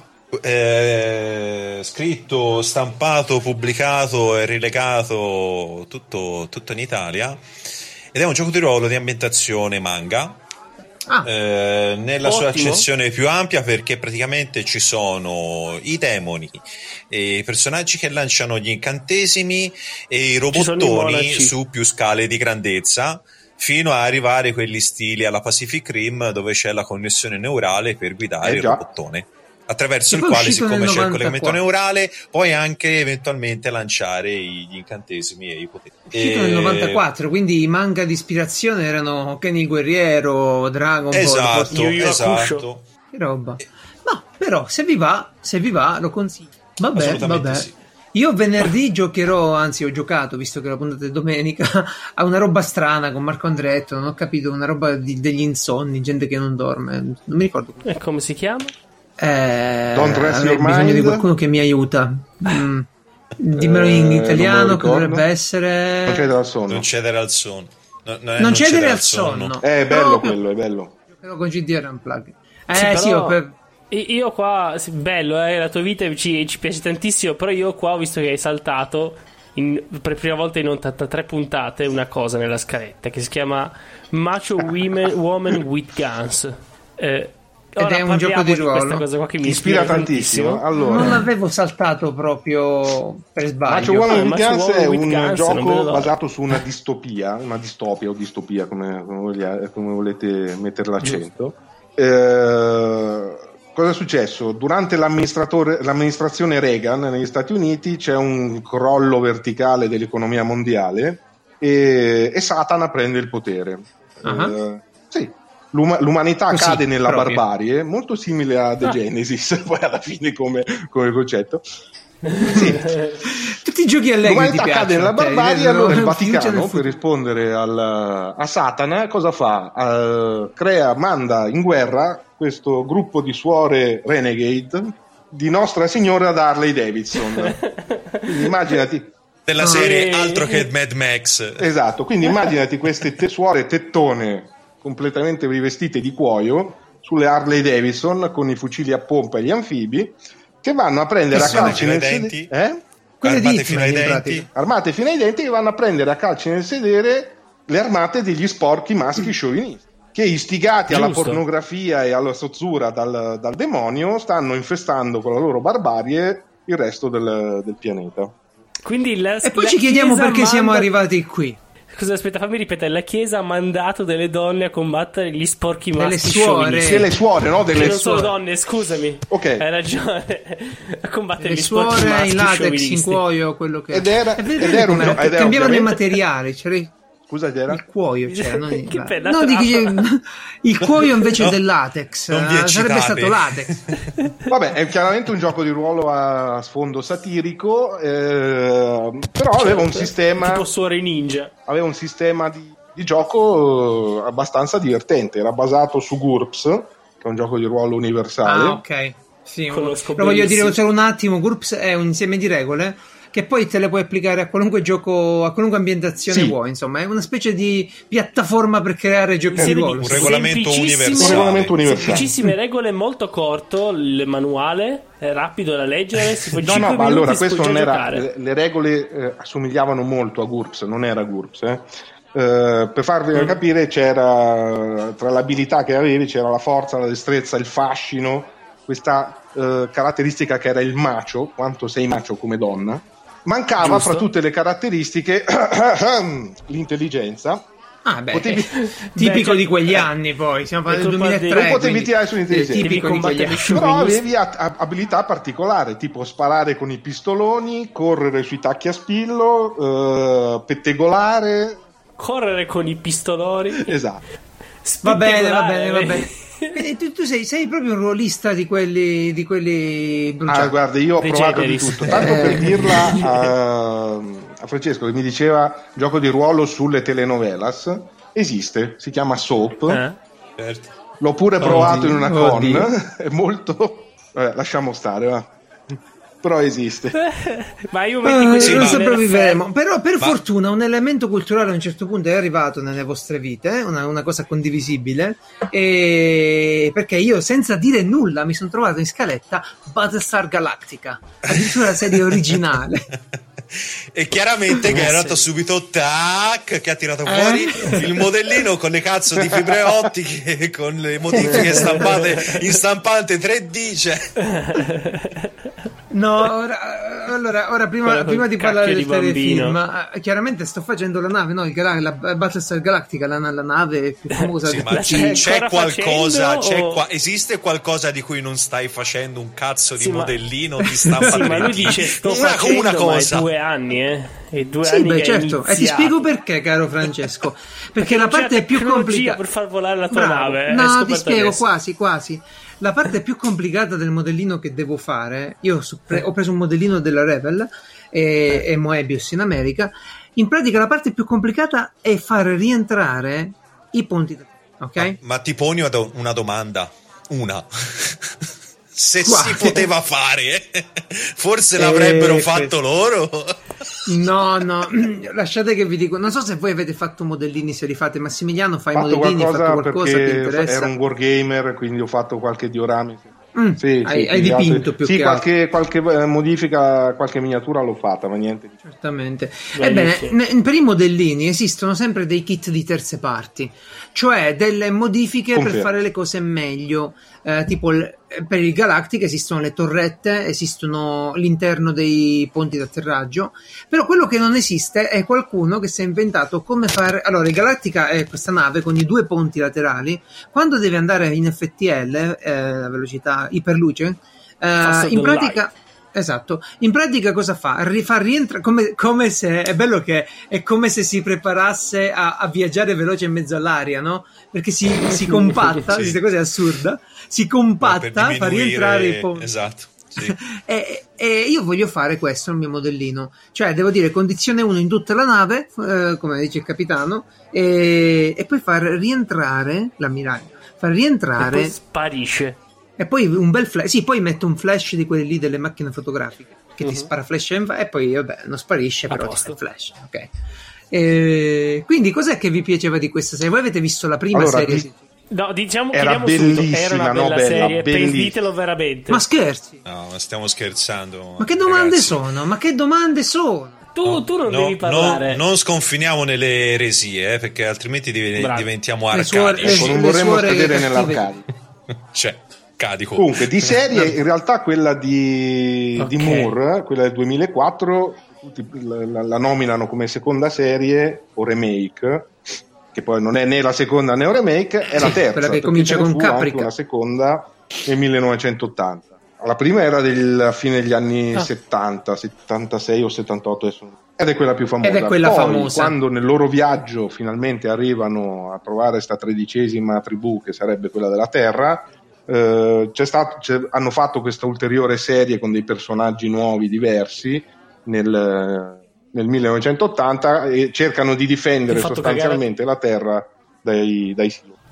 Eh, scritto, stampato, pubblicato e rilegato tutto, tutto in Italia, ed è un gioco di ruolo di ambientazione manga. Ah, Eh, nella sua Ottimo. accezione più ampia, perché praticamente ci sono i demoni e i personaggi che lanciano gli incantesimi e i sono i robottoni monaci. su più scale di grandezza, fino a arrivare a quelli stili alla Pacific Rim, dove c'è la connessione neurale per guidare Eh il già. robottone, attraverso E il poi è quale, uscito siccome nel c'è il collegamento novantaquattro. neurale, puoi anche eventualmente lanciare gli incantesimi e i poteri. è uscito nel E- novantaquattro, quindi i manga di ispirazione erano Kenny il Guerriero, Dragon Ball. Esatto, Yu Yu esatto. Hakusho. Che roba. Ma però se vi va, se vi va, lo consiglio. Vabbè, Assolutamente vabbè. sì. Io venerdì giocherò, anzi ho giocato, visto che la puntata è domenica, a una roba strana con Marco Andretto, non ho capito, una roba di- degli insonni, gente che non dorme, non mi ricordo. E come si chiama? Eh, Don't rest avrei your bisogno mind. di qualcuno che mi aiuta. Mm. Dimmelo in Eh, italiano, non me lo che ricordo. dovrebbe essere... Non c'è dal sonno. Non cedere al sonno. No, no, eh, Non cedere al sonno. Eh, è bello Proprio- quello, è bello. Giocherò con G D R Unplugged. Eh Sì, sì, però- ho per- I- Io qua, sì, bello, eh, la tua vita ci, ci piace tantissimo, però io qua ho visto che hai saltato in- per prima volta in ottantatré puntate una cosa nella scaletta che si chiama Macho Women, Woman with Guns. Eh, ora è un parliamo gioco di ruolo. questa cosa qua che mi Ispira ispira tantissimo. non Allora, l'avevo saltato proprio per Macho sbaglio. Woman Ah, with Macho Guns Woman è with un Guns, non vedo gioco l'ora. basato su una distopia, una distopia o distopia come, come voglia- come volete mettere l'accento. Eh, cosa è successo? Durante l'amministratore- l'amministrazione Reagan negli Stati Uniti c'è un crollo verticale dell'economia mondiale e, e Satana prende il potere. Ah. Eh, sì. L'uma- l'umanità Così, cade nella proprio. barbarie, molto simile a The Ah. Genesis, poi alla fine come, come concetto. Sì. Tutti i giochi allegri ti L'umanità piacciono cade nella a te, barbarie, vedo allora il fiducia nel Vaticano, futuro. per rispondere al- a Satana, cosa fa? Eh, crea, manda in guerra questo gruppo di suore renegade di Nostra Signora da Harley Davidson. Quindi immaginati, Della Ah. serie Eh, altro eh. che Mad Max. esatto, quindi immaginati queste te- suore tettone completamente rivestite di cuoio sulle Harley Davidson con i fucili a pompa e gli anfibi che vanno a prendere Che a sono calci fino ai nel denti? sedere. Eh? Quelle Armate di fino ai Hitman, in denti. pratica. Armate fino ai denti che vanno a prendere a calci nel sedere le armate degli sporchi maschi sciovinisti che, istigati alla Giusto. pornografia e alla sozzura dal, dal demonio, stanno infestando con la loro barbarie il resto del, del pianeta. Quindi la, E poi la ci chiediamo Chiesa perché siamo manda- arrivati qui. Scusa, aspetta, fammi ripetere. La Chiesa ha mandato delle donne a combattere gli sporchi Delle maschi suore. sciovinisti. Delle suore, no? Che Delle non sono suore. donne, scusami. Ok. Hai ragione. A combattere Le gli sporchi suore maschi in latex, in sciovinisti. cuoio, quello che Ed era- È vero ed era un com'era, gio- ed era cambiavano i ovviamente- materiali, c'era il, Scusa, era? il cuoio, c'era, non il, Che bella no, dico, trappola. il cuoio invece No, del latex, non vi eh, sarebbe eccitate. stato latex. Vabbè, è chiaramente un gioco di ruolo a sfondo satirico, eh, però aveva un sistema, Tipo suore ninja. aveva un sistema di, di gioco eh, abbastanza divertente. Era basato su GURPS, che è un gioco di ruolo universale. Ah, ok. Sì, Conosco però voglio benissimo. dire solo un attimo, GURPS è un insieme di regole che poi te le puoi applicare a qualunque gioco, a qualunque ambientazione sì. vuoi, insomma è una specie di piattaforma per creare giochi di ruolo. Un regolamento universale. Un regolamento universale. Semplicissime regole, molto corto il manuale, è rapido da leggere, si fa No, cinque no, ma minuti, allora si può questo già non era, giocare. le, le regole eh, assomigliavano molto a GURPS, non era GURPS, eh. Uh, per farvi Mm. capire, c'era tra l'abilità che avevi c'era la forza, la destrezza, il fascino, questa uh, caratteristica che era il macio, quanto sei macio come donna. Mancava Giusto. fra tutte le caratteristiche l'intelligenza. Ah, beh, Potevi- eh, tipico Beh, di quegli eh, anni, poi siamo parlando è del colpa di- duemilatré. non potevi quindi, tirare sull'intelligenza. eh, tipico Devi di quegli combattere anni. Però Sciovinista. avevi a- a- abilità particolari, tipo sparare con i pistoloni, correre sui tacchi a spillo, uh, pettegolare. Correre con i pistoloni. Esatto. Va bene, va Spettacolare. bene, va bene. Quindi tu, tu sei, sei proprio un ruolista di quelli, di quelli bruciati. Ah, guarda, io ho Dei provato di generis. tutto. Tanto Eh. per dirla a, a Francesco che mi diceva gioco di ruolo sulle telenovelas, esiste, si chiama Soap. Eh? Certo. L'ho pure provato Oddio, in una con, oddio. è molto... Vabbè, lasciamo stare, va. Però esiste. Ma io Ah, metti quelli sì, non ma- sopravviveremo. Però per Ma- fortuna un elemento culturale a un certo punto è arrivato nelle vostre vite, eh? una, una cosa condivisibile, e perché io senza dire nulla mi sono trovato in scaletta Battlestar Galactica, addirittura la serie originale. E chiaramente che è andato subito tac, che ha tirato fuori il modellino con le cazzo di fibre ottiche, con le modifiche stampate in stampante tre D, cioè. No, ora, allora, ora prima, Quello prima col di parlare cacchio del di telefilm, bambino. eh, chiaramente sto facendo la nave, no? Il Gal- la Battlestar Galactica, la, la nave più famosa Sì, di ma La tutti. stai c'è, c'è ancora qualcosa, facendo c'è o- qua- esiste qualcosa di cui non stai facendo un cazzo di Sì, ma- modellino di stampa Sì, ma lui tre D? dice sto una, facendo, una ma cosa. è due anni, eh. È due Sì, anni beh, che è certo, e ti iniziato. spiego perché, caro Francesco. Perché, Perché la non c'è parte più tecnologia complicata per far volare la tua Bravo. nave, eh, hai No, ti scoperto spiego adesso. quasi, quasi. La parte più complicata del modellino che devo fare, io so- pre- ho preso un modellino della Rebel e, e Moebius in America. In pratica, la parte più complicata è far rientrare i ponti. Ok? Ma, ma ti poni una do- una domanda, una. Se Quale? si poteva fare, eh? Forse Eh, l'avrebbero fatto questo. loro. No, no, lasciate che vi dico. Non so se voi avete fatto modellini, se li fate. Massimiliano, fai Ho fatto modellini, hai fatto qualcosa qualcosa che ti perché interessa? ero un wargamer, quindi ho fatto qualche diorama. Mm, Sì, hai, sì, hai più che dipinto altro- più sì, che qualche, qualche eh, modifica, qualche miniatura l'ho fatta, ma niente. Certamente. Bellissimo. Ebbene, ne- per i modellini esistono sempre dei kit di terze parti, cioè delle modifiche per Confermo. fare le cose meglio. Eh, tipo il- per il Galactic esistono le torrette, esistono l'interno dei ponti d'atterraggio, però quello che non esiste è qualcuno che si è inventato come fare. Allora, il Galactica è questa nave con i due ponti laterali. Quando deve andare in F T L, eh, la velocità iperluce, eh, Faster in than pratica. Esatto, in pratica cosa fa? Rifà rientrare come, come se è bello che è come se si preparasse a, a viaggiare veloce in mezzo all'aria, no? Perché si, si compatta, Sì. questa cosa è assurda, si Per compatta, fa diminuire- rientrare i ponti. Esatto. Sì. E, e io voglio fare questo nel mio modellino, cioè devo dire condizione uno in tutta la nave, eh, come dice il capitano, e, e poi far rientrare l'ammiraglio, far E rientrare. poi sparisce. E poi un bel flash, sì, poi metto un flash di quelli lì delle macchine fotografiche che ti Mhm. spara flash e, e poi vabbè, non sparisce, A però ti posto. fa il flash, ok. E quindi cos'è che vi piaceva di questa serie? Voi avete visto la prima Allora, serie? di- No, diciamo, Era chiediamo subito, bellissima, era una no, bella bella, serie, bellissima. ditelo veramente. Ma scherzi? No, ma stiamo scherzando. Ma che domande ragazzi. sono? Ma che domande sono? tu, tu non No, devi parlare. no, non sconfiniamo nelle eresie, eh, perché altrimenti div- Bravo. diventiamo Le suore- arcadici. Ecco, non le vorremmo suore cadere cattive. nell'arcadio. Cioè, cadico. Comunque, di serie, in realtà quella di, Ok. di Moore, quella del duemilaquattro, tutti la, la- la nominano come seconda serie o remake, che poi non è né la seconda né un remake, è la Sì, terza. quella che perché comincia ce ne con fu anche Caprica. una seconda nel millenovecentottanta. La prima era del fine degli anni Ah. settanta, settantasei o settantotto adesso. Ed è quella più famosa. Ed è quella Poi, famosa. quando nel loro viaggio finalmente arrivano a trovare sta tredicesima tribù, che sarebbe quella della Terra, eh, c'è stato, c'è- hanno fatto questa ulteriore serie con dei personaggi nuovi, diversi, nel, nel millenovecentottanta, e cercano di difendere Ti ho fatto sostanzialmente la Terra dai, dai Siluri.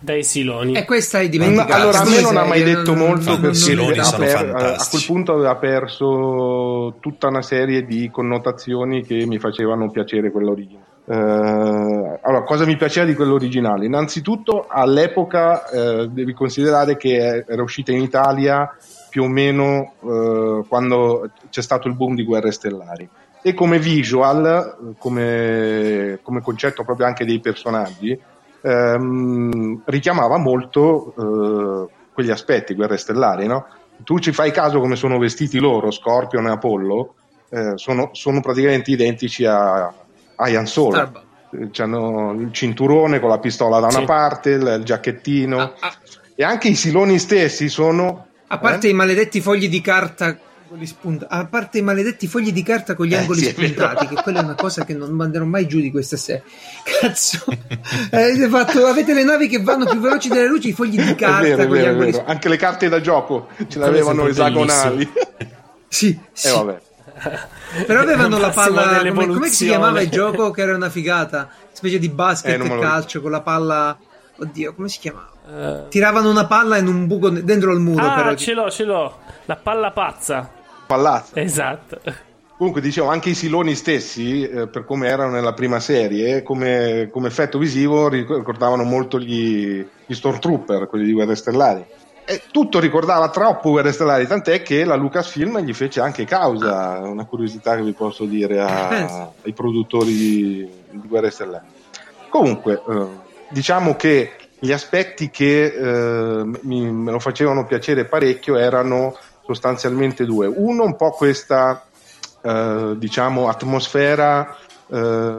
dai Siloni. E questa hai dimenticato. Allora a me non ha mai serie, detto non, molto non, perché Siloni sono per, fantastici. a quel punto aveva perso tutta una serie di connotazioni che mi facevano piacere quella originale. Uh, allora, cosa mi piaceva di quello originale? Innanzitutto all'epoca uh, devi considerare che era uscita in Italia più o meno uh, quando c'è stato il boom di Guerre Stellari, e come visual, come, come concetto proprio anche dei personaggi, um, richiamava molto uh, quegli aspetti Guerre Stellari, no? Tu ci fai caso come sono vestiti loro, Scorpion e Apollo, eh, sono, sono praticamente identici a a Ian Solo. C'hanno il cinturone con la pistola da una sì. parte, il, il giacchettino, ah, ah. e anche i Siloni stessi sono, a parte eh? i maledetti fogli di carta spunta- a parte i maledetti fogli di carta con gli eh, angoli sì, spuntati, che quella è una cosa che non manderò mai giù di questa serie. Cazzo, avete fatto, avete le navi che vanno più veloci delle luci, i fogli di carta, è vero, con è gli vero, angoli vero. Anche le carte da gioco ce l'avevano esagonali. Sì, sì. E eh, vabbè. Però avevano la palla, come, come si chiamava il gioco che era una figata, specie di basket e eh, calcio con la palla, oddio come si chiamava, uh... tiravano una palla in un buco dentro il muro. Ah, però ce l'ho ce l'ho la palla pazza, pallazza, esatto. Comunque dicevo, anche i Siloni stessi, eh, per come erano nella prima serie, come, come effetto visivo ricordavano molto gli, gli Stormtrooper, quelli di Guerre Stellari. E tutto ricordava troppo Guerre Stellari, tant'è che la Lucasfilm gli fece anche causa, una curiosità che vi posso dire a, ai produttori di, di Guerre Stellari. Comunque, eh, diciamo che gli aspetti che eh, mi, me lo facevano piacere parecchio erano sostanzialmente due. Uno, un po' questa eh, diciamo atmosfera eh,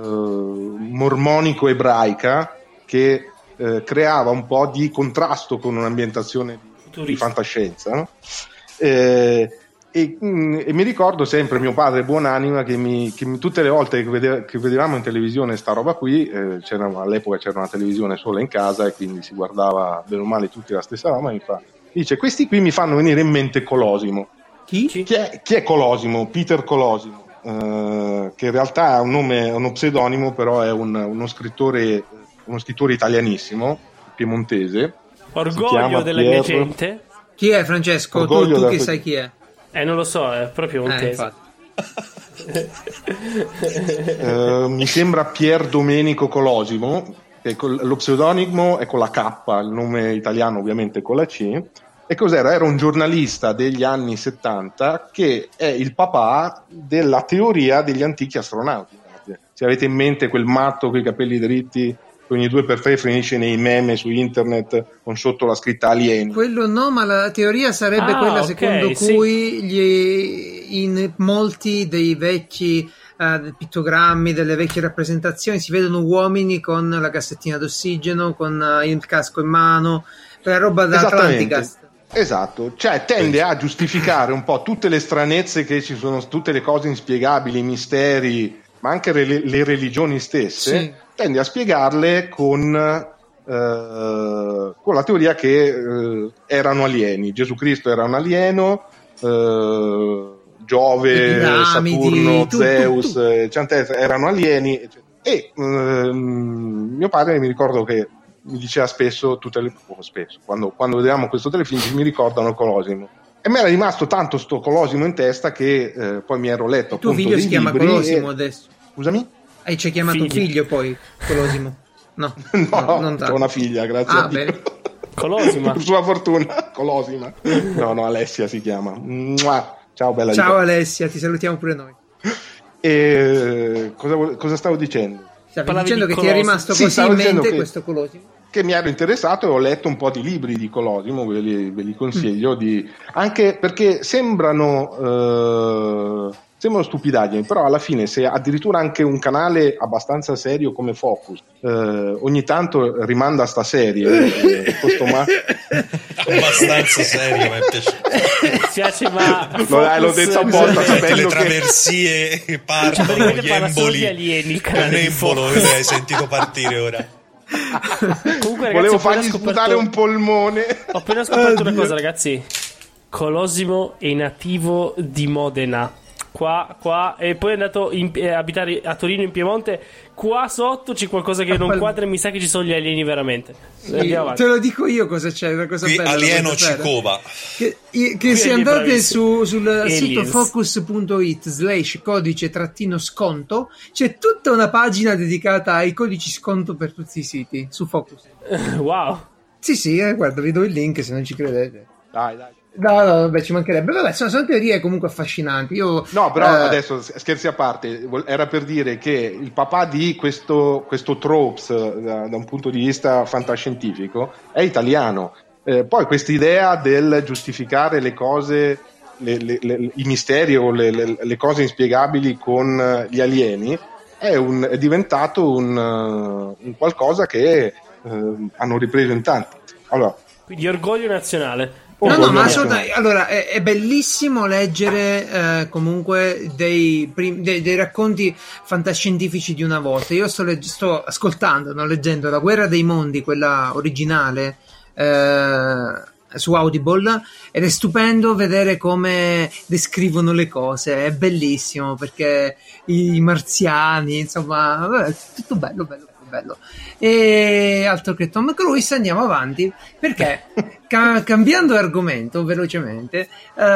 mormonico-ebraica che eh, creava un po' di contrasto con un'ambientazione di, di fantascienza, no? Eh, e, mh, e mi ricordo sempre mio padre buonanima che, mi, che mi, tutte le volte che, vedeva, che vedevamo in televisione sta roba qui, eh, c'era, all'epoca c'era una televisione sola in casa e quindi si guardava bene o male tutti la stessa roba, mi fa, dice questi qui mi fanno venire in mente Colosimo. Chi? Chi è, chi è Colosimo? Peter Colosimo, eh, che in realtà è un nome, è uno pseudonimo, però è un, uno scrittore uno scrittore italianissimo piemontese, orgoglio della Pier... mia gente. Chi è Francesco? Orgoglio tu, tu della... che sai chi è? Eh non lo so, è proprio piemontese. Eh, uh, mi sembra Pier Domenico Colosimo, che col... lo pseudonimo è con la K, il nome italiano ovviamente con la C. E cos'era? Era un giornalista degli anni settanta che è il papà della teoria degli antichi astronauti. Se avete in mente quel matto con i capelli dritti, ogni due per tre finisce nei meme su internet con sotto la scritta alieni. Quello no, ma la teoria sarebbe ah, quella okay, secondo sì. cui gli, in molti dei vecchi uh, pittogrammi, delle vecchie rappresentazioni si vedono uomini con la cassettina d'ossigeno, con uh, il casco in mano, la roba da Atlanticast. Esatto, cioè tende a giustificare un po' tutte le stranezze che ci sono, tutte le cose inspiegabili, i misteri, ma anche re- le religioni stesse, sì. Tende a spiegarle con, eh, con la teoria che eh, erano alieni. Gesù Cristo era un alieno, eh, Giove, piramidi, Saturno, tu, Zeus, tu, tu. Eh, erano alieni. E eh, mio padre mi ricordo che mi diceva spesso, tutte le, oh, spesso quando, quando vedevamo questo telefilm, mi ricordano Colosimo. E mi era rimasto tanto sto Colosimo in testa che eh, poi mi ero letto appunto tuo figlio si chiama Colosimo e... adesso? Scusami? E ci hai chiamato figlio, figlio poi Colosimo? No, no, no non ho una figlia, grazie ah, a Dio. Colosima. Per sua fortuna, Colosima. No, no, Alessia si chiama. Mua. Ciao bella. Ciao vita. Alessia, ti salutiamo pure noi. E cosa, cosa stavo dicendo? Stavi Parlavi dicendo che Colosimo. Ti è rimasto così sì, in mente che, questo Colosimo? Che mi ero interessato e ho letto un po' di libri di Colosimo, ve li, ve li consiglio, mm. di, anche perché sembrano... Eh, sembrano stupidaggini, però alla fine se addirittura anche un canale abbastanza serio come Focus eh, ogni tanto rimanda a sta serie eh, questo ma... abbastanza serio mi è piaciuto piace, ma no, dai, l'ho detto apposta sapendo le traversie che partono gli emboli alieni, un embolo hai sentito partire ora. Comunque, ragazzi, volevo fargli sputare un polmone. Ho appena scoperto una cosa, ragazzi. Colosimo è nativo di Modena, qua, qua, e poi è andato in, eh, a abitare a Torino in Piemonte. Qua sotto c'è qualcosa che non quadra e mi sa che ci sono gli alieni veramente. Sì, te lo dico io cosa c'è, una cosa qui bella. Alieno Cicova. Che, che se andate su, sul Aliens. sito focus punto it slash codice trattino sconto c'è tutta una pagina dedicata ai codici sconto per tutti i siti su Focus. Wow. Sì, sì, eh, guarda, vi do il link se non ci credete. Dai, dai. No, no, vabbè, ci mancherebbe. Vabbè, sono, sono teorie comunque affascinanti. Io, No, però eh, adesso scherzi a parte, era per dire che il papà di questo, questo tropes da, da un punto di vista fantascientifico è italiano. Eh, poi questa idea del giustificare le cose, le, le, le, i misteri o le, le, le cose inspiegabili con gli alieni è, un, è diventato un, un qualcosa che eh, hanno ripreso in tanti. Allora, Quindi orgoglio nazionale. No, no, ma Orgoglio assolutamente. Allora, è, è bellissimo leggere eh, comunque dei, prim- dei, dei racconti fantascientifici di una volta. Io sto, legg- sto ascoltando, non leggendo La Guerra dei Mondi, quella originale, eh, su Audible, ed è stupendo vedere come descrivono le cose. È bellissimo perché i marziani, insomma, vabbè, tutto bello, bello. Bello. E altro che Tom Cruise, andiamo avanti perché ca- cambiando argomento velocemente,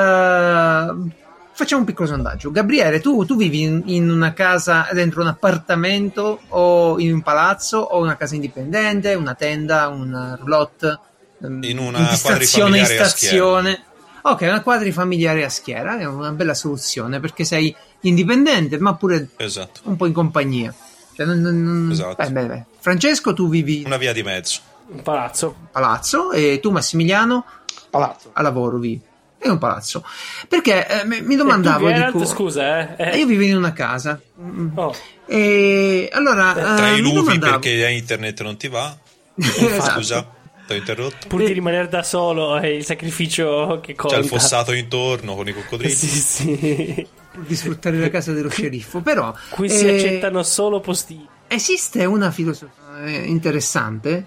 uh, facciamo un piccolo sondaggio. Gabriele, tu, tu vivi in, in una casa, dentro un appartamento o in un palazzo o una casa indipendente, una tenda, un roulotte, in una in stazione in quadrifamiliare a stazione? Ok, una quadrifamiliare a schiera è una bella soluzione perché sei indipendente ma pure Esatto. un po' in compagnia. Cioè, non, non... Esatto. Beh, beh, beh. Francesco, tu vivi Una via di mezzo. Un palazzo. in palazzo e tu, Massimiliano, palazzo. a lavoro vivi in un palazzo. Perché eh, mi mi domandavo, E tu, Geralt, dico, scusa, eh, eh. io vivo in una casa. Mm. Oh. E allora Tra eh, i mi lupi domandavo... perché a internet non ti va. Esatto. Scusa, ti ho interrotto. Pur di rimanere da solo è il sacrificio che conta. C'è il fossato intorno con i coccodrilli. Sì, sì. di sfruttare la casa dello sceriffo, però Qui si eh, accettano solo postini. esiste una filosofia interessante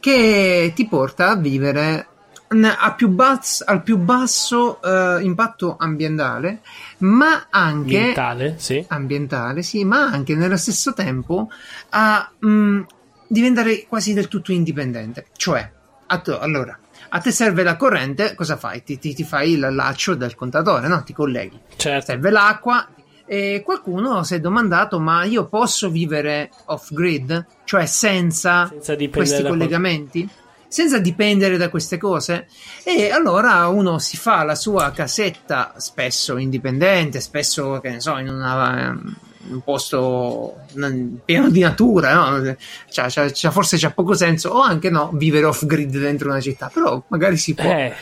che ti porta a vivere a più basso, al più basso eh, impatto ambientale, ma anche Ambientale, sì. ambientale, sì, ma anche nello stesso tempo a mh, diventare quasi del tutto indipendente. Cioè, a to- allora, a te serve la corrente, cosa fai? Ti, ti, ti fai il laccio del contatore, no? Ti colleghi. Certo. Serve l'acqua. E qualcuno si è domandato: ma io posso vivere off grid? Cioè senza, Senza dipendere questi da collegamenti? Senza dipendere da queste cose? E allora uno si fa la sua casetta, spesso indipendente, spesso, che ne so, in una... in un posto pieno di natura, no? Cioè, cioè, cioè, forse c'ha poco senso, o anche no, vivere off grid dentro una città, però magari si può. Eh,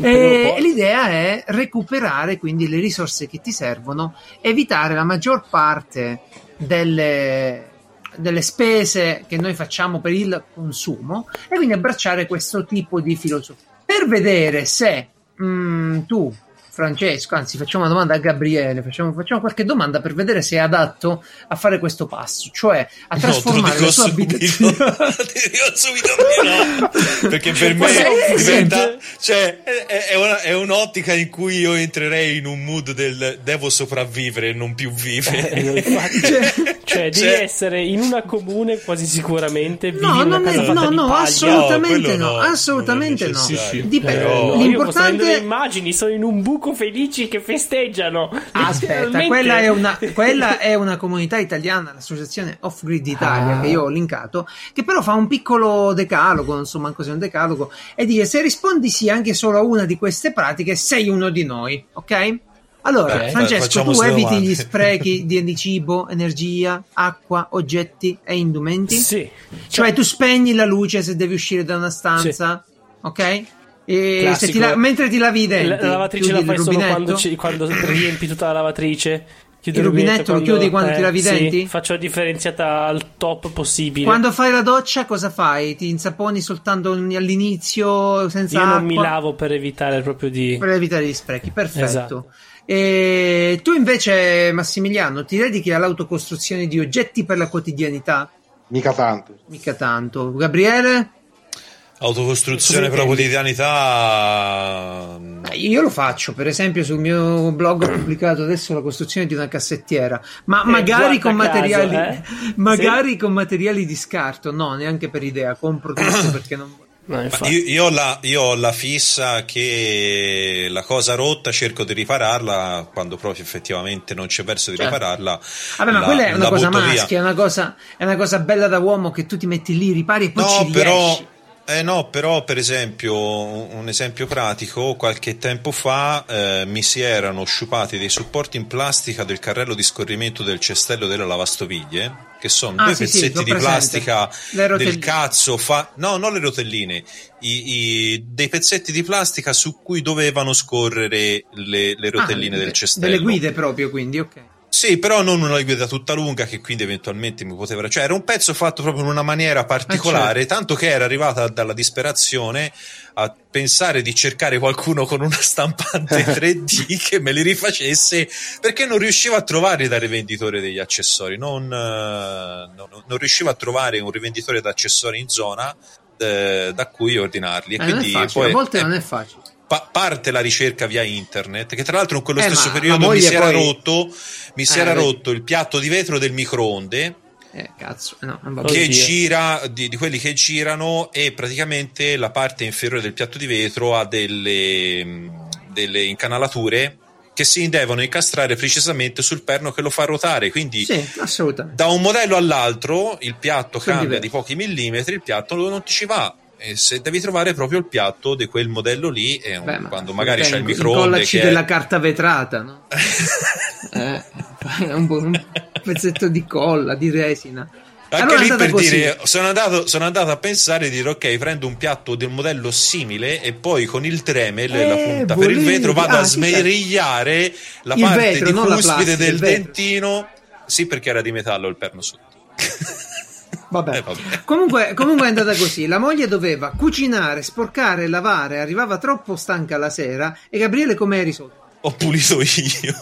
E l'idea è recuperare quindi le risorse che ti servono, evitare la maggior parte delle, delle spese che noi facciamo per il consumo e quindi abbracciare questo tipo di filosofia per vedere se mh, tu, Francesco, anzi facciamo una domanda a Gabriele, facciamo, facciamo qualche domanda per vedere se è adatto a fare questo passo, cioè a trasformare no, la sua subito. abitazione. Ti dico subito di no, perché per me Sì, diventa, cioè, è, è, una, è un'ottica in cui io entrerei in un mood del devo sopravvivere e non più vivere. Eh, infatti, Cioè, cioè, devi cioè- essere in una comune quasi sicuramente. Vivi No, in una non casa è, fatta no, di no, paglia. assolutamente No, no, quello no, assolutamente non è no. necessario. Dipende. Però- No, io posso vedere le L'importante immagini, sono in un buco felici che festeggiano. Aspetta, Letteralmente. quella è, una, quella è una comunità italiana, l'associazione Off Grid Italia, Ah. che io ho linkato, che però fa un piccolo decalogo, insomma, anche se un decalogo, e dice: se rispondi sì anche solo a una di queste pratiche, sei uno di noi, ok? Allora, Beh, Francesco, facciamo tu ste eviti domande. gli sprechi di, di cibo, energia, acqua, oggetti e indumenti? Sì. Cioè, tu spegni la luce se devi uscire da una stanza, ok? E se ti la- Classico. mentre ti lavi i denti, La, la lavatrice chiudi la il fai solo rubinetto? quando, ci- quando riempi tutta la lavatrice. Chiudi Il rubinetto lo chiudi quando ti lavi i sì, denti? faccio la differenziata al top possibile. Quando fai la doccia cosa fai? Ti insaponi soltanto all'inizio senza Io non acqua? mi lavo per evitare proprio di. Per evitare gli sprechi, perfetto. Esatto. E tu invece, Massimiliano, ti dedichi all'autocostruzione di oggetti per la quotidianità? Mica tanto. Mica tanto. Gabriele? Autocostruzione per la quotidianità. Io lo faccio, per esempio sul mio blog ho pubblicato adesso la costruzione di una cassettiera, ma eh, magari con materiali caso, eh? magari sì? con materiali di scarto, no, neanche per idea, compro tutto perché non no, io, io, ho la, io ho la fissa che la cosa rotta cerco di ripararla, quando proprio effettivamente non c'è verso di certo. ripararla. Vabbè, ma la, quella è una cosa maschia, è una cosa, è una cosa bella da uomo che tu ti metti lì, ripari e poi no, ci però, riesci. Eh no, però per esempio, un esempio pratico, qualche tempo fa eh, mi si erano sciupati dei supporti in plastica del carrello di scorrimento del cestello delle lavastoviglie, che sono ah, due sì, pezzetti sì, di plastica del cazzo, fa... no, non le rotelline, i, i, dei pezzetti di plastica su cui dovevano scorrere le, le rotelline ah, del cestello. Delle guide proprio, quindi, ok. Sì, però non una guida tutta lunga che quindi eventualmente mi poteva... Cioè era un pezzo fatto proprio in una maniera particolare, certo. tanto che era arrivata dalla disperazione a pensare di cercare qualcuno con una stampante tre D che me li rifacesse, perché non riuscivo a trovare da rivenditore degli accessori, non, non, non riuscivo a trovare un rivenditore d'accessori in zona eh, da cui ordinarli. E eh, quindi non è facile, poi, a volte eh, non è facile. Pa- parte la ricerca via internet, che tra l'altro in quello eh, stesso ma, periodo mi si era poi... rotto mi si eh, era rotto il piatto di vetro del microonde eh, cazzo, no, che gira di, di quelli che girano, e praticamente la parte inferiore del piatto di vetro ha delle, delle incanalature che si devono incastrare precisamente sul perno che lo fa ruotare, quindi sì, assolutamente. Da un modello all'altro il piatto Sono cambia diversi. di pochi millimetri, il piatto non ti ci va. E se devi trovare proprio il piatto di quel modello lì, è un, Beh, ma quando magari c'è il microonde incollaci che della è... carta vetrata, no? eh, un, un pezzetto di colla, di resina. Anche allora lì per così. dire, sono andato, sono andato a pensare di dire ok, prendo un piatto del modello simile e poi con il Dremel, eh, la punta volevi... per il vetro, vado ah, a sì, smerigliare certo. la il parte vetro, di cuspide plastica, del vetro. dentino. Sì, perché era di metallo il perno sotto. Vabbè. Eh, vabbè. Comunque, comunque è andata così. La moglie doveva cucinare, sporcare, lavare, arrivava troppo stanca la sera. E Gabriele come hai risolto? Ho pulito io.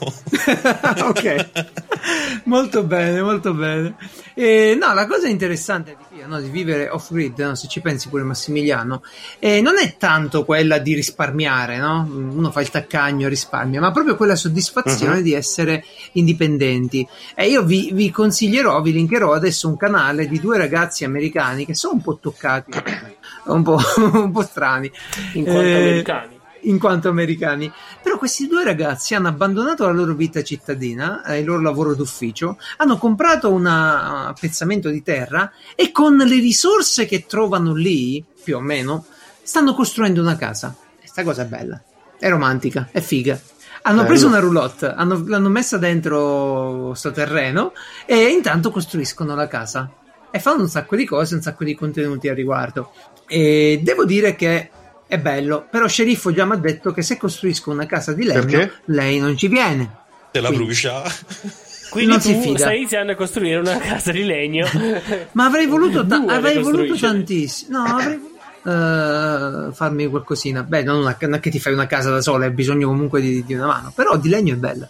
Ok, molto bene, molto bene. Eh, no, la cosa interessante di, no, di vivere off-grid, no, se ci pensi pure Massimiliano, eh, non è tanto quella di risparmiare, no? Uno fa il taccagno, risparmia, ma proprio quella soddisfazione uh-huh. di essere indipendenti. E io vi, vi consiglierò, vi linkerò adesso un canale di due ragazzi americani che sono un po' toccati, un po', un po' strani. In quanto eh, americani. in quanto americani, però questi due ragazzi hanno abbandonato la loro vita cittadina, eh, il loro lavoro d'ufficio, hanno comprato un appezzamento di terra e con le risorse che trovano lì, più o meno, stanno costruendo una casa. Questa cosa è bella, è romantica, è figa. Hanno preso una roulotte, hanno, l'hanno messa dentro sto terreno e intanto costruiscono la casa e fanno un sacco di cose, un sacco di contenuti a riguardo. E devo dire che è bello, però Sceriffo già mi ha detto che se costruisco una casa di legno, perché? Lei non ci viene. Te la brucia. Quindi non tu si fida. Stai iniziando a costruire una casa di legno. Ma avrei voluto, ta- avrei voluto tantissimo. No, avrei voluto uh, farmi qualcosina. Beh, non, una, non è che ti fai una casa da sola, hai bisogno comunque di, di una mano, però di legno è bella.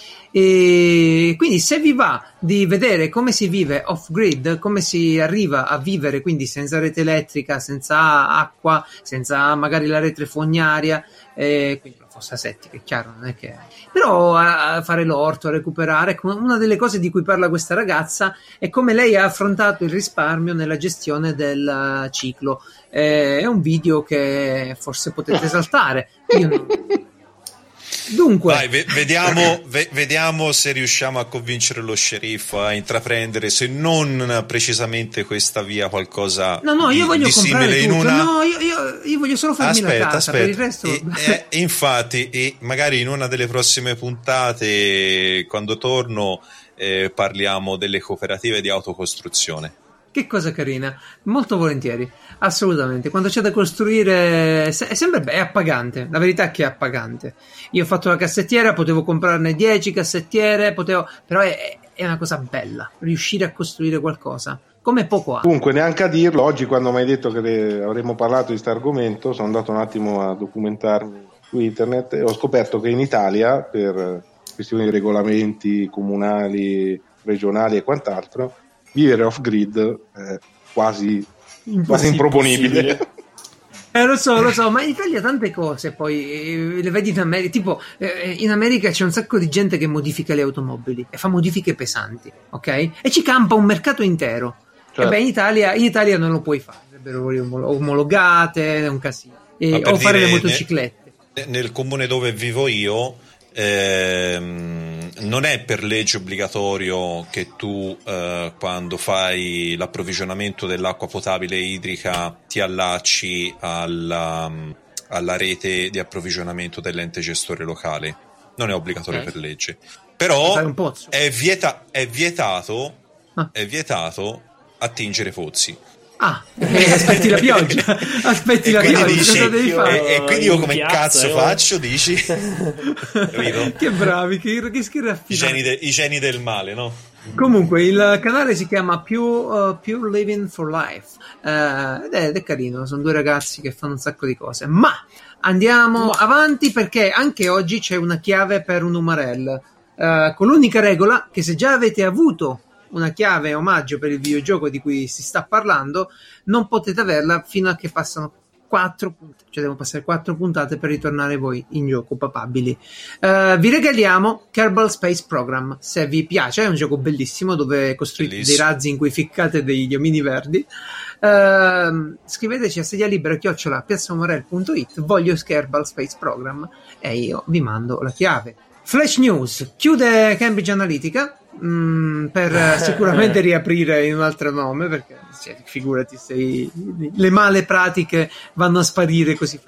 E quindi se vi va di vedere come si vive off grid, come si arriva a vivere quindi senza rete elettrica, senza acqua, senza magari la rete fognaria, eh, quindi la fossa settica, è chiaro, non è che però a fare l'orto, a recuperare, una delle cose di cui parla questa ragazza è come lei ha affrontato il risparmio nella gestione del ciclo. Eh, è un video che forse potete saltare. Io non... Dunque, Vai, ve- vediamo, ve- vediamo se riusciamo a convincere lo sceriffo a intraprendere, se non precisamente questa via, qualcosa no, no, io di, voglio di simile in una. No, io, io, io voglio solo farmi aspetta, la casa. Aspetta. Per il resto, e, e, e infatti, e magari in una delle prossime puntate, quando torno, eh, parliamo delle cooperative di autocostruzione. Che cosa carina, molto volentieri, assolutamente. Quando c'è da costruire è sempre è appagante, la verità è che è appagante. Io ho fatto la cassettiera, potevo comprarne dieci cassettiere, potevo, però è, è una cosa bella riuscire a costruire qualcosa come poco altro. Comunque, neanche a dirlo, oggi quando mi hai detto che le, avremmo parlato di questo argomento, sono andato un attimo a documentarmi su internet e ho scoperto che in Italia, per questioni di regolamenti comunali, regionali e quant'altro, vivere off grid è quasi, quasi improponibile. Eh, lo so, lo so, ma in Italia tante cose poi eh, le vedi in America, tipo eh, in America c'è un sacco di gente che modifica le automobili e fa modifiche pesanti, ok? E ci campa un mercato intero. Certo. E beh, in Italia, in Italia non lo puoi fare, sarebbero omologate, è un casino. E, o fare le motociclette. Nel, nel comune dove vivo io ehm, non è per legge obbligatorio che tu eh, quando fai l'approvvigionamento dell'acqua potabile e idrica ti allacci alla, alla rete di approvvigionamento dell'ente gestore locale. Non è obbligatorio okay. per legge, però è, vieta, è vietato ah. è vietato attingere pozzi. Ah, eh, aspetti la pioggia, aspetti la pioggia, dici, cosa devi fare? E, e quindi io come piazza, cazzo io... faccio, dici? Che bravi, che, che schieraffinati. I geni, de, I geni del male, no? Comunque il canale si chiama Pure, uh, Pure Living for Life uh, ed, è, ed è carino, sono due ragazzi che fanno un sacco di cose, ma andiamo ma... avanti perché anche oggi c'è una chiave per un umarell, uh, con l'unica regola che se già avete avuto una chiave omaggio per il videogioco di cui si sta parlando, non potete averla fino a che passano quattro puntate, cioè devono passare quattro puntate per ritornare voi in gioco papabili. Uh, vi regaliamo Kerbal Space Program, se vi piace, è un gioco bellissimo dove costruite bellissimo. dei razzi in cui ficcate degli omini verdi. Uh, scriveteci a sedia libera chiocciola piazzamorel punto it, voglio Kerbal Space Program e io vi mando la chiave. Flash News, chiude Cambridge Analytica mh, per sicuramente riaprire in un altro nome perché cioè, figurati se le male pratiche vanno a sparire così.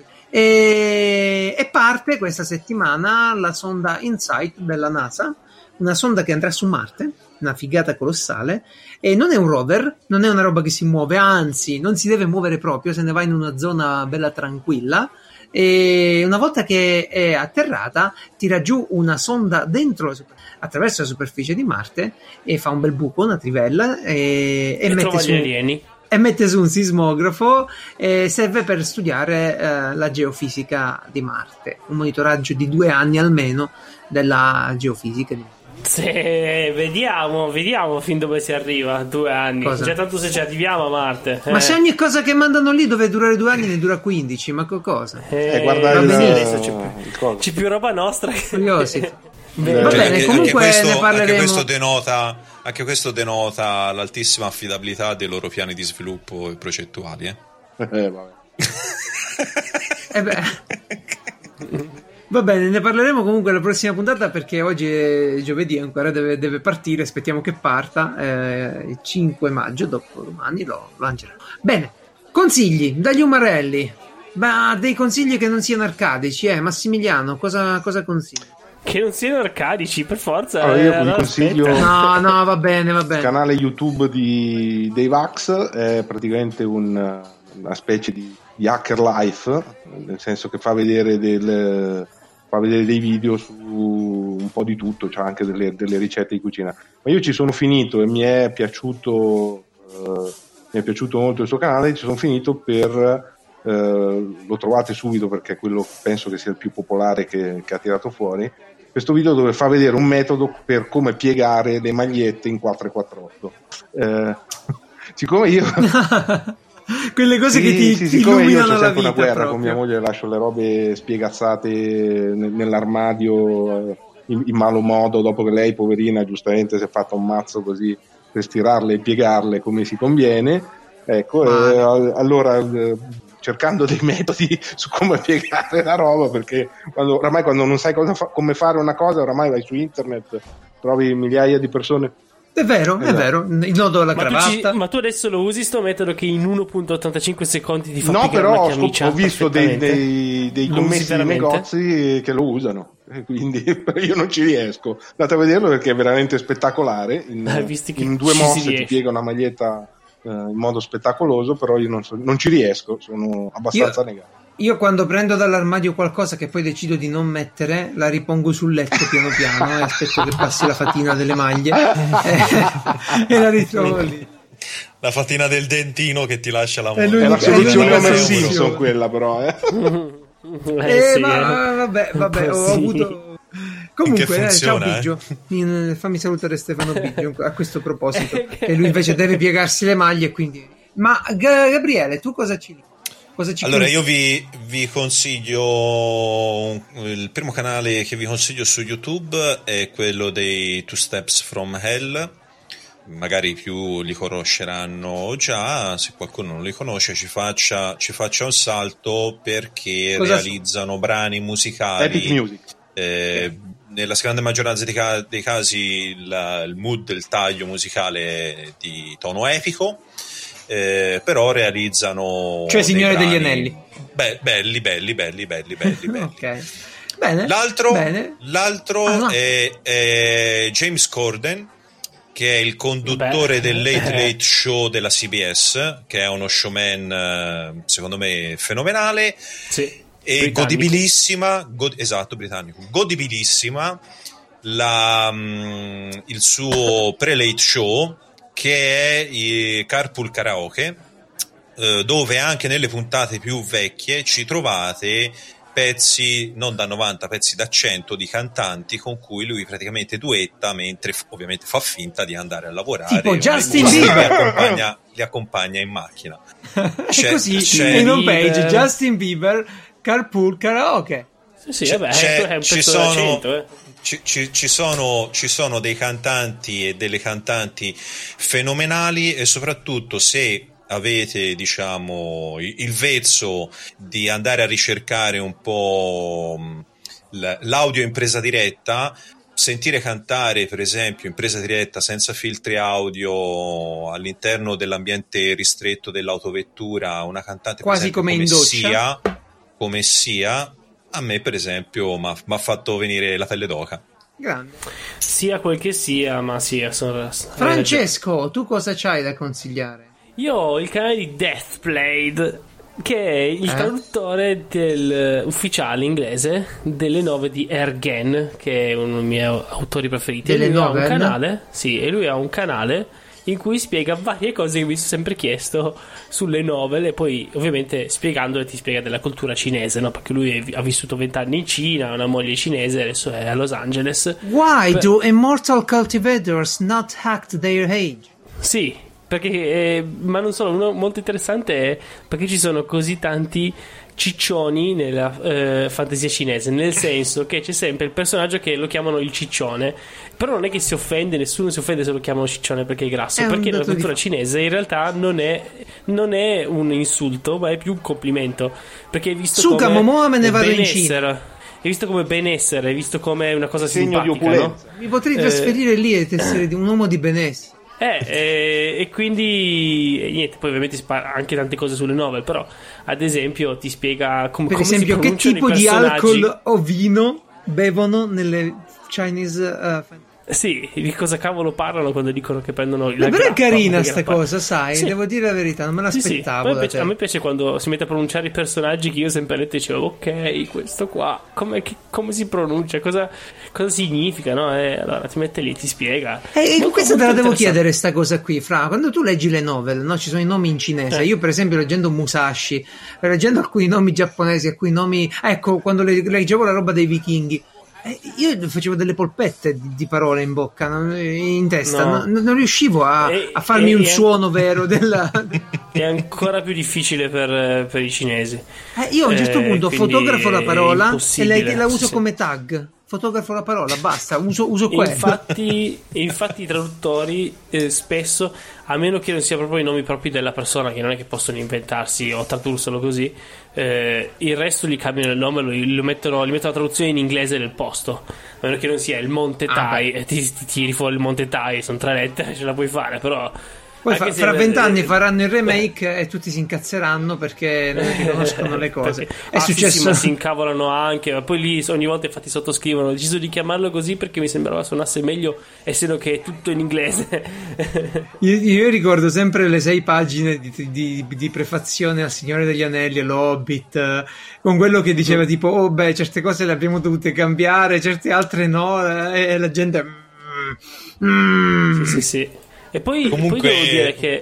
E, e parte questa settimana la sonda InSight della NASA, una sonda che andrà su Marte, una figata colossale, e non è un rover, non è una roba che si muove, anzi non si deve muovere proprio, se ne va in una zona bella tranquilla. E una volta che è atterrata tira giù una sonda dentro la super- attraverso la superficie di Marte e fa un bel buco, una trivella e, e, e mette su alieni. e mette su un sismografo e serve per studiare eh, la geofisica di Marte, un monitoraggio di due anni almeno della geofisica di Marte. Sì, vediamo, vediamo fin dove si arriva. Due anni. Cosa? Cioè, tanto se ci arriviamo a Marte. Ma eh. se ogni cosa che mandano lì dove durare due anni ne dura quindici, ma che cosa? Eh, eh guarda il, adesso c'è più, c'è più roba nostra. Curiosity. Beh, va bene, anche, comunque anche questo, ne parleremo. Anche questo denota, anche questo denota l'altissima affidabilità dei loro piani di sviluppo e progettuali. Eh, eh vabbè. eh beh. Va bene, ne parleremo comunque la prossima puntata perché oggi è giovedì, ancora deve, deve partire, aspettiamo che parta, eh, il cinque maggio, dopo domani lo lanceremo. Bene, consigli dagli umarelli, ma dei consigli che non siano arcadici, eh, Massimiliano, cosa, cosa consigli? Che non siano arcadici, per forza. Allora, io eh, vi consiglio no, no, va bene, va bene. Il canale YouTube di Dayvax è praticamente un, una specie di, di hacker life, nel senso che fa vedere del... fa vedere dei video su un po' di tutto, c'ha anche delle, delle ricette di cucina. Ma io ci sono finito e mi è piaciuto eh, mi è piaciuto molto il suo canale, ci sono finito per eh, lo trovate subito perché è quello penso che sia il più popolare che, che ha tirato fuori, questo video dove fa vedere un metodo per come piegare le magliette in quattro e quattro otto. Eh, siccome io quelle cose sì, che ti, sì, ti siccome io illuminano c'ho la sempre vita una guerra proprio. con mia moglie, lascio le robe spiegazzate nell'armadio eh, in, in malo modo dopo che lei poverina giustamente si è fatta un mazzo così per stirarle e piegarle come si conviene, ecco, ah. eh, allora eh, cercando dei metodi su come piegare la roba, perché quando, oramai quando non sai cosa fa, come fare una cosa, oramai vai su internet, trovi migliaia di persone. È vero, esatto. È vero, il nodo alla ma cravatta. Tu ci, ma tu adesso lo usi sto metodo che in uno virgola ottantacinque secondi ti fa no, piegare però una camicia? Ho visto dei, dei, dei commessi di negozi che lo usano, quindi io non ci riesco. Andate a vederlo perché è veramente spettacolare. In, in due mosse ti piega una maglietta eh, in modo spettacoloso, però io non, so, non ci riesco, sono abbastanza io... negato. Io quando prendo dall'armadio qualcosa che poi decido di non mettere, la ripongo sul letto piano piano e aspetto che passi la fatina delle maglie e, e la ritrovo lì. La fatina del dentino che ti lascia la moglie. È la soluzione Homer Simpson quella però. Eh, eh, eh sì, ma eh. vabbè, vabbè, ho avuto... Comunque, funziona, eh, ciao Biggio, eh? Fammi salutare Stefano Biggio a questo proposito, che lui invece deve piegarsi le maglie, quindi... Ma G- Gabriele, tu cosa ci dici? Cosa ci Allora, consigli? io vi, vi consiglio il primo canale che vi consiglio su YouTube è quello dei Two Steps from Hell. Magari più li conosceranno già, se qualcuno non li conosce ci faccia, ci faccia un salto, perché Cosa realizzano brani musicali. Epic Music. Eh, nella grande maggioranza dei, ca- dei casi il, il mood, il taglio musicale è di tono epico. Eh, però realizzano, cioè Signore brani degli Anelli, be- belli belli belli belli belli belli. ok, bene. L'altro, bene. l'altro Ah, no. è, è James Corden, che è il conduttore Beh, del Late eh. Late Show della C B S, che è uno showman eh, secondo me fenomenale, Sì, e britannico. godibilissima, god- esatto, britannico, godibilissima la, mm, il suo pre-late show, che è il Carpool Karaoke, eh, dove anche nelle puntate più vecchie ci trovate pezzi non da novanta, pezzi da cento di cantanti con cui lui praticamente duetta, mentre f- ovviamente fa finta di andare a lavorare, Tipo ma Justin li Bieber. accompagna, li accompagna in macchina. È C'è- così, c'è- in home page Bieber. Justin Bieber Carpool Karaoke. Sì, sì, C'è- vabbè, c'è- è un ci pezzo sono- da cento, eh. Ci, ci- ci sono, ci sono dei cantanti e delle cantanti fenomenali, e soprattutto se avete, diciamo, il, il vezzo di andare a ricercare un po' mh, l- l'audio in presa diretta, sentire cantare per esempio in presa diretta senza filtri audio all'interno dell'ambiente ristretto dell'autovettura una cantante Quasi per esempio, come in doccia. sia, come sia, a me per esempio mi ha fatto venire la pelle d'oca. Grande. Sia quel che sia, ma sì, sono... Francesco, tu cosa c'hai da consigliare? Io ho il canale di Deathblade, che è il Eh? traduttore del, ufficiale inglese delle nove di Ergen, che è uno dei miei autori preferiti. Delle E lui ha un novel? canale, sì, e lui ha un canale in cui spiega varie cose che mi sono sempre chiesto sulle novel, e poi ovviamente spiegandole ti spiega della cultura cinese, no? Perché lui è- ha vissuto vent'anni in Cina, ha una moglie cinese, adesso è a Los Angeles. Why Beh- do immortal cultivators not hack their age? Sì, perché eh, ma non solo, uno molto interessante è perché ci sono così tanti ciccioni nella eh, fantasia cinese, nel senso che c'è sempre il personaggio che lo chiamano il ciccione, però non è che si offende, nessuno si offende se lo chiamano ciccione perché è grasso, È un perché nella dato di cultura fatto. cinese in realtà non è, non è un insulto, ma è più un complimento, perché è visto Suga come Momoa, me ne vado in benessere, è visto come benessere, è visto come una cosa Segno di simpatica, no? opulenza. Mi potrei Eh. trasferire lì ed essere di un uomo di benessere. Eh, eh, e quindi e niente, poi ovviamente si parla anche tante cose sulle novel, però ad esempio ti spiega com- Per come esempio, si che pronunciano tipo i di personaggi. alcol o vino bevono nelle Chinese uh, fan- Sì, di cosa cavolo parlano quando dicono che prendono il Eh, però è carina sta cosa, sai, Sì. devo dire la verità, non me Sì, sì. l'aspettavo A me da piace, te. a me piace quando si mette a pronunciare i personaggi che io sempre letto e dicevo ok, questo qua come, che- come si pronuncia, cosa, cosa significa, no? E allora ti mette lì, ti spiega. E e Molto, questa te la molto devo interessante. chiedere sta cosa qui, Fra, quando tu leggi le novel, no? Ci sono i nomi in cinese, Eh. io per esempio leggendo Musashi, leggendo alcuni nomi giapponesi, alcuni nomi, ecco, quando le- leggevo la roba dei vichinghi, eh, io facevo delle polpette di, di parole in bocca, no? In testa, No. non, non riuscivo a, E- a farmi e- un e- suono vero della... È ancora più difficile per, per i cinesi. Eh, io a un certo Eh, punto quindi fotografo la è parola e impossibile, la, la uso sì. come tag. Fotografo la parola, basta, uso, uso quello. Infatti, infatti i traduttori eh, spesso, a meno che non sia proprio i nomi propri della persona, che non è che possono inventarsi o tradurselo così, eh, il resto gli cambiano il nome, lo, lo mettono, gli mettono la traduzione in inglese del posto, a meno che non sia il Monte Ah, Tai beh. e ti, ti tiri fuori il Monte Tai, sono tre lettere, ce la puoi fare, però Poi anche fa- se- fra vent'anni eh, faranno il remake e tutti si incazzeranno perché non riconoscono le cose. Perché- È ah, sì, successo. sì, ma si incavolano anche, ma poi lì ogni volta infatti sottoscrivono, ho deciso di chiamarlo così perché mi sembrava suonasse meglio, essendo che è tutto in inglese. Io, io ricordo sempre le sei pagine di, di- di prefazione al Signore degli Anelli e l'Hobbit, eh, con quello che diceva tipo, oh beh, certe cose le abbiamo dovute cambiare, certe altre no, eh, e la gente... mm, mm. Sì, sì, sì. E poi, Comunque- poi devo dire che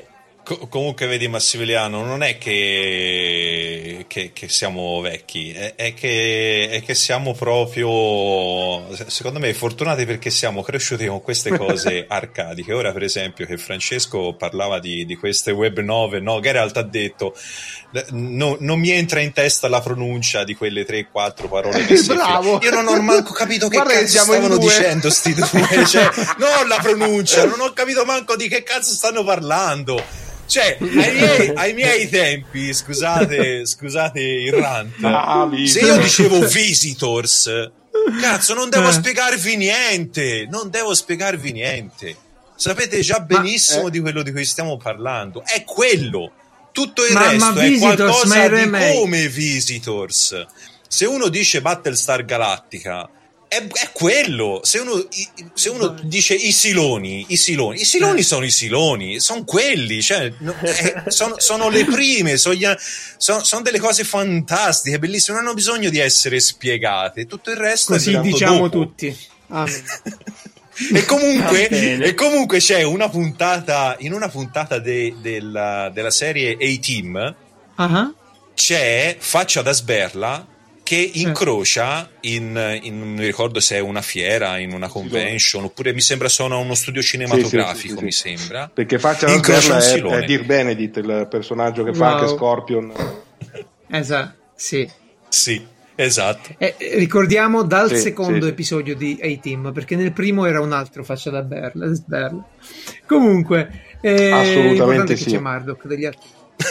Co- comunque vedi Massimiliano, non è che, che, che siamo vecchi, è, è, che, è che siamo proprio, secondo me, fortunati perché siamo cresciuti con queste cose arcadiche. Ora per esempio che Francesco parlava di, di queste web novel, no? Geralt ha detto no, non mi entra in testa la pronuncia di quelle tre quattro parole che bravo. Io non ho manco capito che Guarda, cazzo stavano dicendo sti due, cioè, non la pronuncia, non ho capito manco di che cazzo stanno parlando. Cioè, ai miei, ai miei tempi, scusate, scusate il rant, ah, se io dicevo visitors, cazzo, non devo spiegarvi niente, non devo spiegarvi niente. Sapete già benissimo ma, eh. di quello di cui stiamo parlando. È quello. Tutto il ma, resto ma è qualcosa di remake. Come Visitors. Se uno dice Battlestar Galactica, È, è quello. Se uno, se uno dice i siloni, i siloni, i siloni sono i siloni, sono quelli, cioè, no, è, sono, sono le prime, sono, gli, sono, sono delle cose fantastiche, bellissime, non hanno bisogno di essere spiegate. Tutto il resto così è diciamo dopo. Tutti. Amen. E comunque, e comunque c'è una puntata, in una puntata de, della, della serie A-Team, uh-huh. c'è Faccia da sberla che incrocia in, in non mi ricordo se è una fiera, in una convention, oppure mi sembra sono uno studio cinematografico, sì, sì, sì, mi sì. sembra. Perché Faccia da sberla è, è Dirk Benedict, il personaggio che wow. fa anche Scorpion. Esatto, sì. Sì, esatto. Eh, ricordiamo dal sì, secondo sì, episodio di A-Team, perché nel primo era un altro Faccia da berla, sberla. Comunque, eh, assolutamente sì. Che c'è Murdoch degli altri.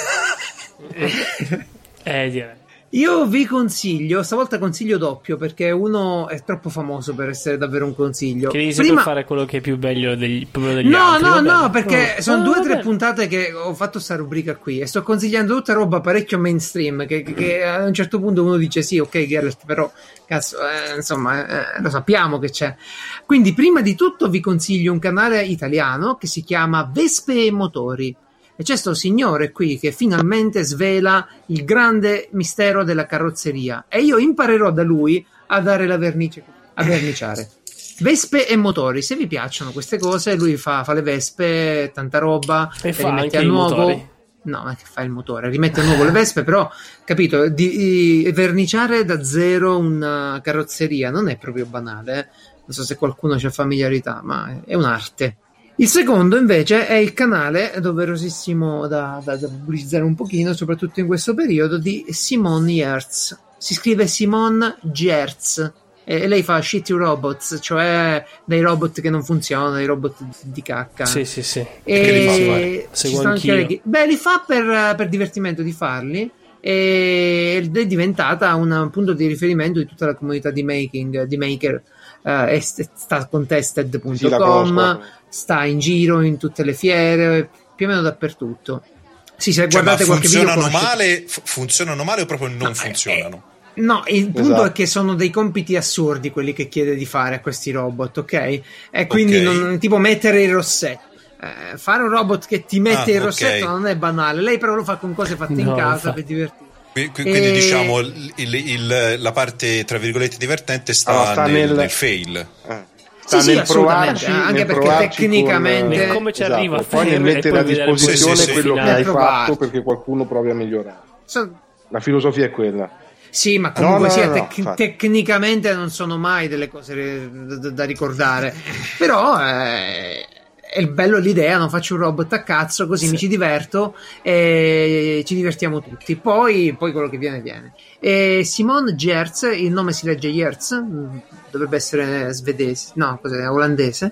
eh, direi. Io vi consiglio, stavolta consiglio doppio, perché uno è troppo famoso per essere davvero un consiglio. Che devi sempre Prima... fare quello che è più bello degli, quello degli no, altri. No, no, no, perché oh. sono oh, due o tre bene. puntate che ho fatto sta rubrica qui e sto consigliando tutta roba parecchio mainstream, che, che a un certo punto uno dice sì, ok Geralt, però cazzo, eh, insomma, eh, lo sappiamo che c'è. Quindi prima di tutto vi consiglio un canale italiano che si chiama Vespe e Motori. E c'è sto signore qui che finalmente svela il grande mistero della carrozzeria e io imparerò da lui a dare la vernice, a verniciare. Vespe e motori, se vi piacciono queste cose, lui fa, fa le vespe, tanta roba, e fa rimette anche a nuovo. Motori. No, ma che fa il motore? Rimette a nuovo le vespe, però, capito, di, di verniciare da zero una carrozzeria non è proprio banale. Eh? Non so se qualcuno c'ha familiarità, ma è un'arte. Il secondo invece è il canale doverosissimo da, da, da pubblicizzare un pochino, soprattutto in questo periodo, di Simone Giertz. Si scrive Simone Giertz e lei fa shitty robots, cioè dei robot che non funzionano, dei robot di cacca. Sì, sì, sì. E che li fa fare? Seguo anch'io. Anche... Beh, li fa per, per divertimento di farli ed è diventata un punto di riferimento di tutta la comunità di making, di maker. Uh, è, sta con tested punto com, sta in giro in tutte le fiere, più o meno dappertutto. Sì, se cioè, guardate qualche video funzionano male, f- funzionano male o proprio non no, funzionano? Eh, no, il punto esatto. è che sono dei compiti assurdi quelli che chiede di fare a questi robot, ok? E quindi okay. Non, tipo mettere il rossetto. Eh, fare un robot che ti mette ah, il rossetto okay. non è banale, lei però lo fa con cose fatte no, in casa per divertirsi. Quindi e... diciamo il, il, la parte tra virgolette divertente sta, allora, sta nel, nel... nel fail. Eh. Sta sì, nel sì, provarci, anche nel perché provarci tecnicamente con... come ci esatto. arriva poi nel mettere a disposizione sì, sì, quello sì. che hai provarci. fatto perché qualcuno provi a migliorare. So... La filosofia è quella. Sì, ma comunque no, no, sia, no, tec- no, tecnicamente non sono mai delle cose da, da ricordare. Però eh, è bello l'idea, non faccio un robot a cazzo, così sì. mi ci diverto e ci divertiamo tutti. Poi, poi quello che viene viene. E Simone Giertz, il nome si legge Giertz, dovrebbe essere svedese, no, cos'è, olandese.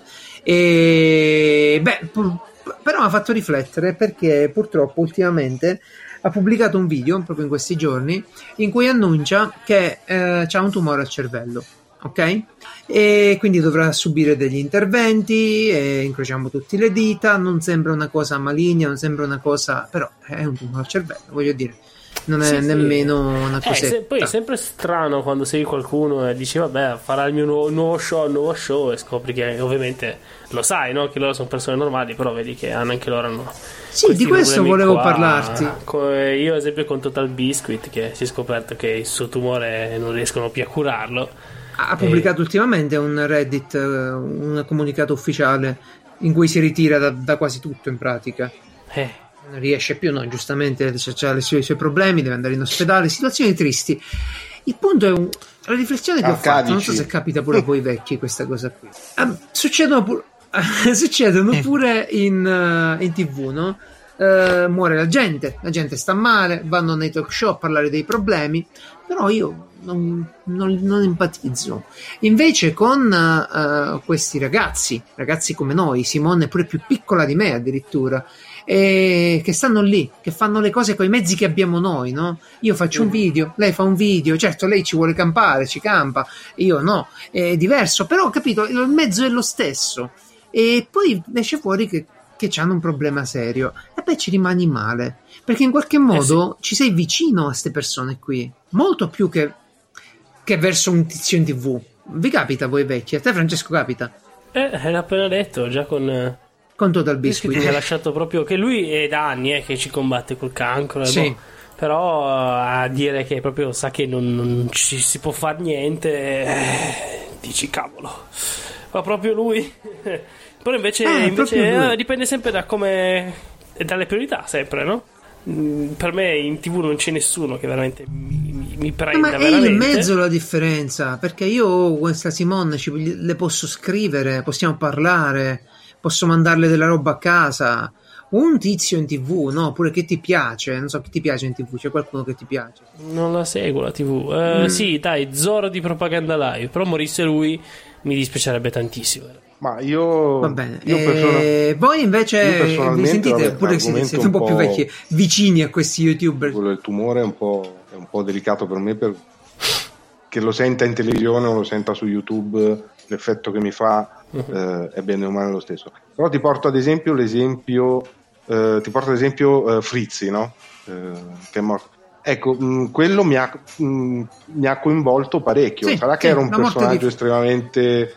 E beh, però mi ha fatto riflettere perché purtroppo ultimamente ha pubblicato un video proprio in questi giorni in cui annuncia che eh, ha un tumore al cervello, ok? E quindi dovrà subire degli interventi e incrociamo tutte le dita. Non sembra una cosa maligna, non sembra una cosa, però è un tumore al cervello, voglio dire, non è sì, nemmeno sì. una cosetta. Eh, se, poi è sempre strano quando segui qualcuno e dici vabbè farà il mio nuovo, nuovo show, il nuovo show e scopri che ovviamente lo sai, no? Che loro sono persone normali, però vedi che hanno anche loro hanno sì, di questo volevo qua. parlarti. Io ad esempio con Total Biscuit che si è scoperto che il suo tumore non riescono più a curarlo. Ha pubblicato e... ultimamente un Reddit, un comunicato ufficiale in cui si ritira da, da quasi tutto in pratica. Eh, non riesce più, no, giustamente ha i suoi, i suoi problemi, deve andare in ospedale, situazioni tristi. Il punto è un, la riflessione che Arcadici. ho fatto, non so se capita pure a voi vecchi questa cosa qui. Um, succedono, pur, succedono pure in, uh, in tv, no? Uh, muore la gente, la gente sta male, vanno nei talk show a parlare dei problemi, però io non, non, non empatizzo. Invece con uh, questi ragazzi, ragazzi come noi, Simone è pure più piccola di me addirittura, e che stanno lì, che fanno le cose con i mezzi che abbiamo noi, no? Io faccio un video, lei fa un video, certo lei ci vuole campare, ci campa, io no, è diverso, però ho capito, il mezzo è lo stesso, e poi esce fuori che che hanno un problema serio, e poi ci rimani male, perché in qualche modo eh sì. ci sei vicino a queste persone qui, molto più che, che verso un tizio in tv. Vi capita a voi vecchi? A te Francesco capita? Eh, l'ha appena detto, già con... con Total Biscuit. Mi ha lasciato proprio, che lui è da anni eh, che ci combatte col cancro, sì. boh. Però a dire che proprio sa che non, non ci si può fare niente, eh, dici cavolo, ma proprio lui... Però invece, ah, invece eh, dipende sempre da come, dalle priorità sempre, no? Mm, per me in tv non c'è nessuno che veramente mi, mi, mi prenda, ma veramente. È in mezzo la differenza, perché io questa Simone ci, le posso scrivere, possiamo parlare, posso mandarle della roba a casa. Un tizio in tv, no? Pure che ti piace, non so che ti piace in tv, c'è qualcuno che ti piace? Non la seguo la tv. Uh, mm. Sì, dai, Zoro di Propaganda Live, però morisse lui mi dispiacerebbe tantissimo. Ma io va bene, io persona... e voi invece vi sentite pure siete, siete un po' più vecchi, vicini a questi youtuber. Quello del tumore è un po', è un po' delicato per me, per che lo senta in televisione o lo senta su YouTube, l'effetto che mi fa uh-huh. eh, è bene o male lo stesso. Però ti porto ad esempio l'esempio eh, ti porto ad esempio eh, Frizzi, no? Eh, che è morto. Ecco, mh, quello mi ha, mh, mi ha coinvolto parecchio. Sì, Sarà sì, che era un personaggio di... estremamente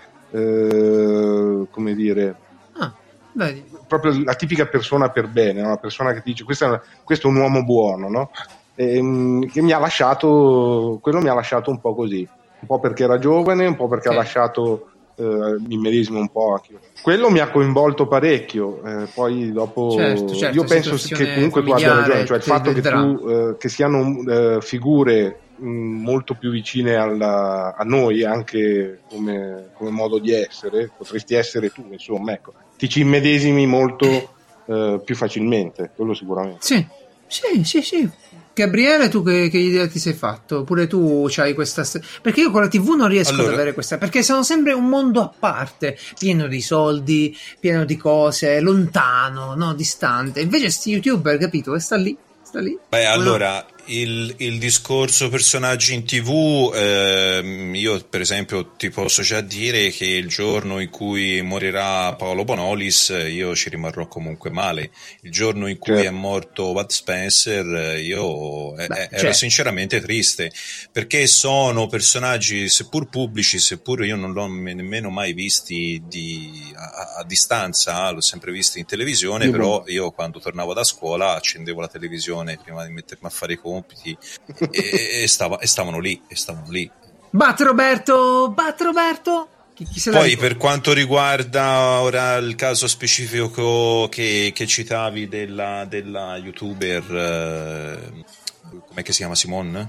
eh, come dire ah, vedi. proprio la tipica persona per bene, no? Una persona che dice questo è, un, questo è un uomo buono, no? E, mh, che mi ha lasciato, quello mi ha lasciato un po' così, un po' perché era giovane, un po' perché sì. ha lasciato eh, mi medesimo un po' anche io. Quello mi ha coinvolto parecchio, eh, poi dopo certo, certo, io penso che comunque tu abbia ragione, cioè il fatto che tu eh, che siano eh, figure mh, molto più vicine alla, a noi anche come, come modo di essere, potresti essere tu, insomma, ecco, ti ci immedesimi molto eh, più facilmente, quello sicuramente. Sì, sì, sì, sì. Gabriele, tu che, che idea ti sei fatto? Pure tu c'hai questa... Perché io con la tivù non riesco allora... ad avere questa... Perché sono sempre un mondo a parte, pieno di soldi, pieno di cose, lontano, no? Distante. Invece sti youtuber, capito? Sta lì, sta lì. Beh, allora... Il, il discorso personaggi in tv, eh, io per esempio ti posso già dire che il giorno in cui morirà Paolo Bonolis io ci rimarrò comunque male. Il giorno in cui certo. è morto Bud Spencer io Beh, eh, ero certo. sinceramente triste, perché sono personaggi seppur pubblici, seppur io non l'ho nemmeno mai visti di, a, a distanza, l'ho sempre visti in televisione, mm-hmm. però io quando tornavo da scuola accendevo la televisione prima di mettermi a fare i compiti e, e, stava, e stavano lì e stavano lì. Batte Roberto, batte Roberto. Chi, chi se Poi per quanto riguarda ora il caso specifico che, che citavi della, della youtuber eh, com'è che si chiama, Simone?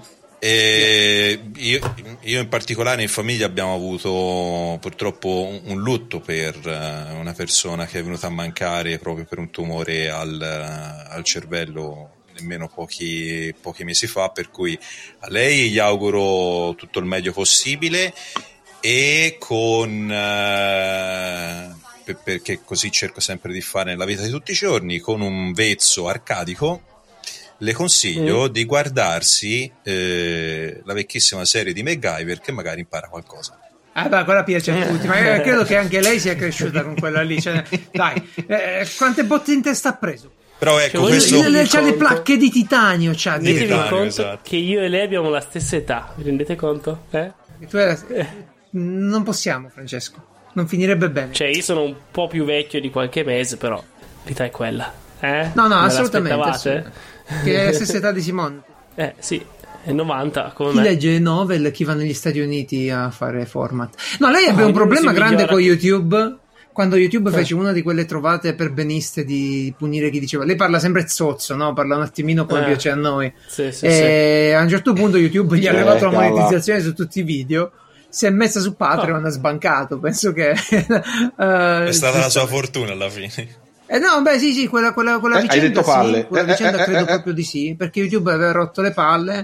E io, io in particolare in famiglia abbiamo avuto purtroppo un, un lutto per uh, una persona che è venuta a mancare proprio per un tumore al, uh, al cervello nemmeno pochi, pochi mesi fa, per cui a lei gli auguro tutto il meglio possibile e con eh, per, perché così cerco sempre di fare nella vita di tutti i giorni, con un vezzo arcadico le consiglio mm. di guardarsi eh, la vecchissima serie di MacGyver, che magari impara qualcosa. Ah, beh, quella piace a tutti, ma credo che anche lei sia cresciuta con quella lì, cioè, dai, eh, quante botte in testa ha preso? Però ecco, cioè, questo... le, c'ha le placche di titanio, c'ha rendetevi dietro. conto esatto. che io e lei abbiamo la stessa età, vi rendete conto? Eh? Tu era... Non possiamo, Francesco, non finirebbe bene. Cioè io sono un po' più vecchio di qualche mese, però l'età è quella, eh? No, no, assolutamente, assolutamente. Che è la stessa età di Simone. Eh, sì. È novanta come chi me. legge novel, chi va negli Stati Uniti a fare format. No, lei aveva oh, un problema grande con YouTube, quando YouTube Eh. fece una di quelle trovate per beniste di punire chi diceva, lei parla sempre zozzo, no? Parla un attimino come Eh. piace a noi. Sì, sì, E a un certo punto YouTube gli ha Eh, levato la cala. monetizzazione su tutti i video, si è messa su Patreon, Oh. ha sbancato, penso che... È stata la sua fortuna alla fine. Eh no, beh, sì, sì, quella, quella, quella Eh, hai vicenda, detto palle. sì, quella Eh, vicenda eh, credo eh, eh. proprio di sì, perché YouTube aveva rotto le palle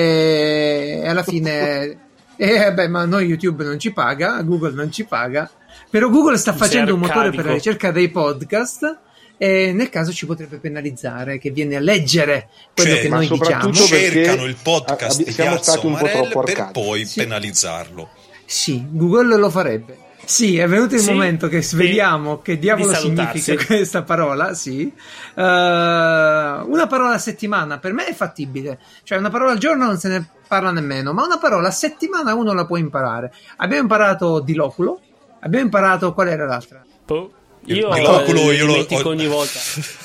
e, e alla fine, e beh, ma noi YouTube non ci paga, Google non ci paga, però Google sta Sei facendo un motore arcadico. per la ricerca dei podcast e nel caso ci potrebbe penalizzare, che viene a leggere quello Cioè, che ma noi soprattutto diciamo. perché Cercano il podcast ab- di siamo Piazza stati un po' Umarell troppo per arcadi. poi Sì. penalizzarlo. Sì, Google lo farebbe. Sì, è venuto il Sì, momento che sveliamo e che diavolo di salutarsi. significa questa parola, sì. Uh, una parola a settimana per me è fattibile, cioè una parola al giorno non se ne parla nemmeno, ma una parola a settimana uno la può imparare. Abbiamo imparato diloculo, abbiamo imparato qual era l'altra? Oh, Il io diloculo eh, io mi lo dimentico ho- ogni volta.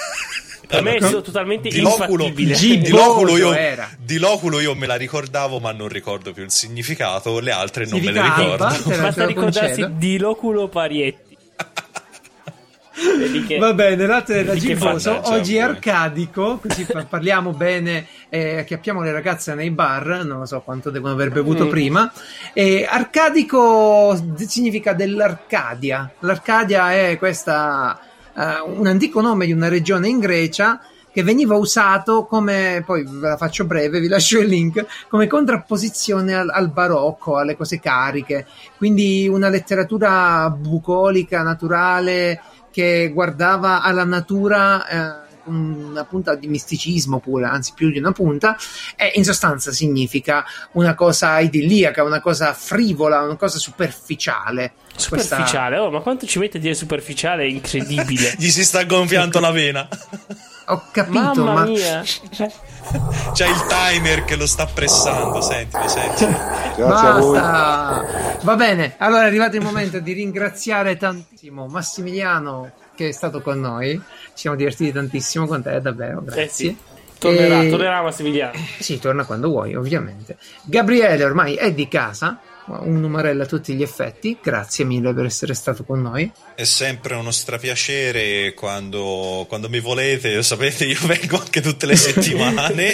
Per me è Allora, totalmente diloculo- infattibile. G- Di loculo, io, era. di loculo io me la ricordavo, ma non ricordo più il significato. Le altre non me le Significava, ricordo. te la- Basta te lo ricordarsi concedo. di loculo Parietti. Vedi che- Va bene, latte della Di che Gimboso, mannaggia oggi è voi. arcadico, così pa- parliamo bene, eh, acchiappiamo le ragazze nei bar, non lo so quanto devono aver bevuto Mm. prima. E arcadico d- significa dell'Arcadia. L'Arcadia è questa, eh, un antico nome di una regione in Grecia che veniva usato come, poi ve la faccio breve, vi lascio il link, come contrapposizione al, al barocco, alle cose cariche, quindi una letteratura bucolica, naturale, che guardava alla natura eh, con una punta di misticismo pure, anzi più di una punta, e in sostanza significa una cosa idilliaca, una cosa frivola, una cosa superficiale. Questa- Superficiale, oh, ma quanto ci mette a dire superficiale? È incredibile. Gli si sta gonfiando la vena. Ho capito, Mamma ma mia. C'è il timer che lo sta pressando. Sentilo, sentilo. Grazie a voi. basta. Va bene, allora è arrivato il momento di ringraziare tantissimo Massimiliano che è stato con noi. Ci siamo divertiti tantissimo con te, davvero, grazie. Eh sì. Tornerà, E- tornerà Massimiliano. Sì, torna quando vuoi, ovviamente. Gabriele ormai è di casa, un numerello a tutti gli effetti. Grazie mille per essere stato con noi. È sempre uno strapiacere quando, quando mi volete. Lo sapete, io vengo anche tutte le settimane.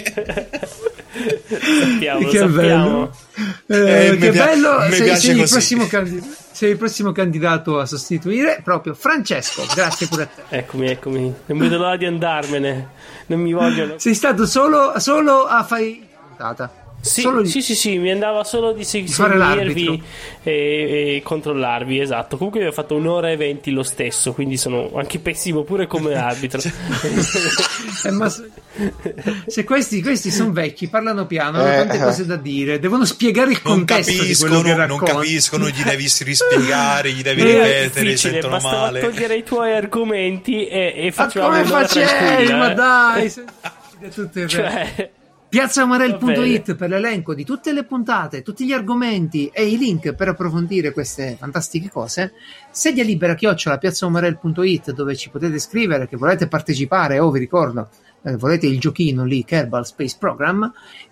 Sappiamo, lo che sappiamo. bello, Eh, Eh, mi che pia- bello. mi Sei, piace sei il così. prossimo candid- sei il prossimo candidato a sostituire proprio Francesco. Grazie pure a te. Eccomi, eccomi. Non vedo l'ora di andarmene. Non mi vogliono. Sei stato solo, solo a fare puntata. Sì, Solo di- sì, sì, sì, mi andava solo di se- Di fare seguirvi l'arbitro. e, e controllarvi, esatto. Comunque io ho fatto un'ora e venti lo stesso, quindi sono anche pessimo pure come arbitro. Eh, ma se, se questi, questi sono vecchi, parlano piano, hanno Eh, tante eh. cose da dire, devono spiegare il Non contesto di quello capiscono, che non raccontano. capiscono, gli devi rispiegare, gli devi Non è ripetere, difficile, sentono bastava male. togliere i tuoi argomenti e, e Ma facevamo come un'ora facevi? tranquilla, Ma eh. dai, se- tutto il resto. Cioè, piazza umarell punto it Va bene. per l'elenco di tutte le puntate, tutti gli argomenti e i link per approfondire queste fantastiche cose. Sedia libera chiocciola piazza umarell punto it, dove ci potete scrivere che volete partecipare o vi ricordo eh, volete il giochino lì Kerbal Space Program,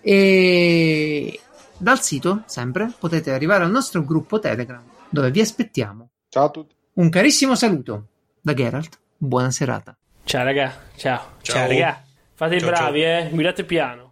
e dal sito sempre potete arrivare al nostro gruppo Telegram dove vi aspettiamo. Ciao a tutti. Un carissimo saluto da Geralt, buona serata. ciao raga, ciao, ciao, Ciao. raga. Fate i Ciao, bravi, eh, guidate piano.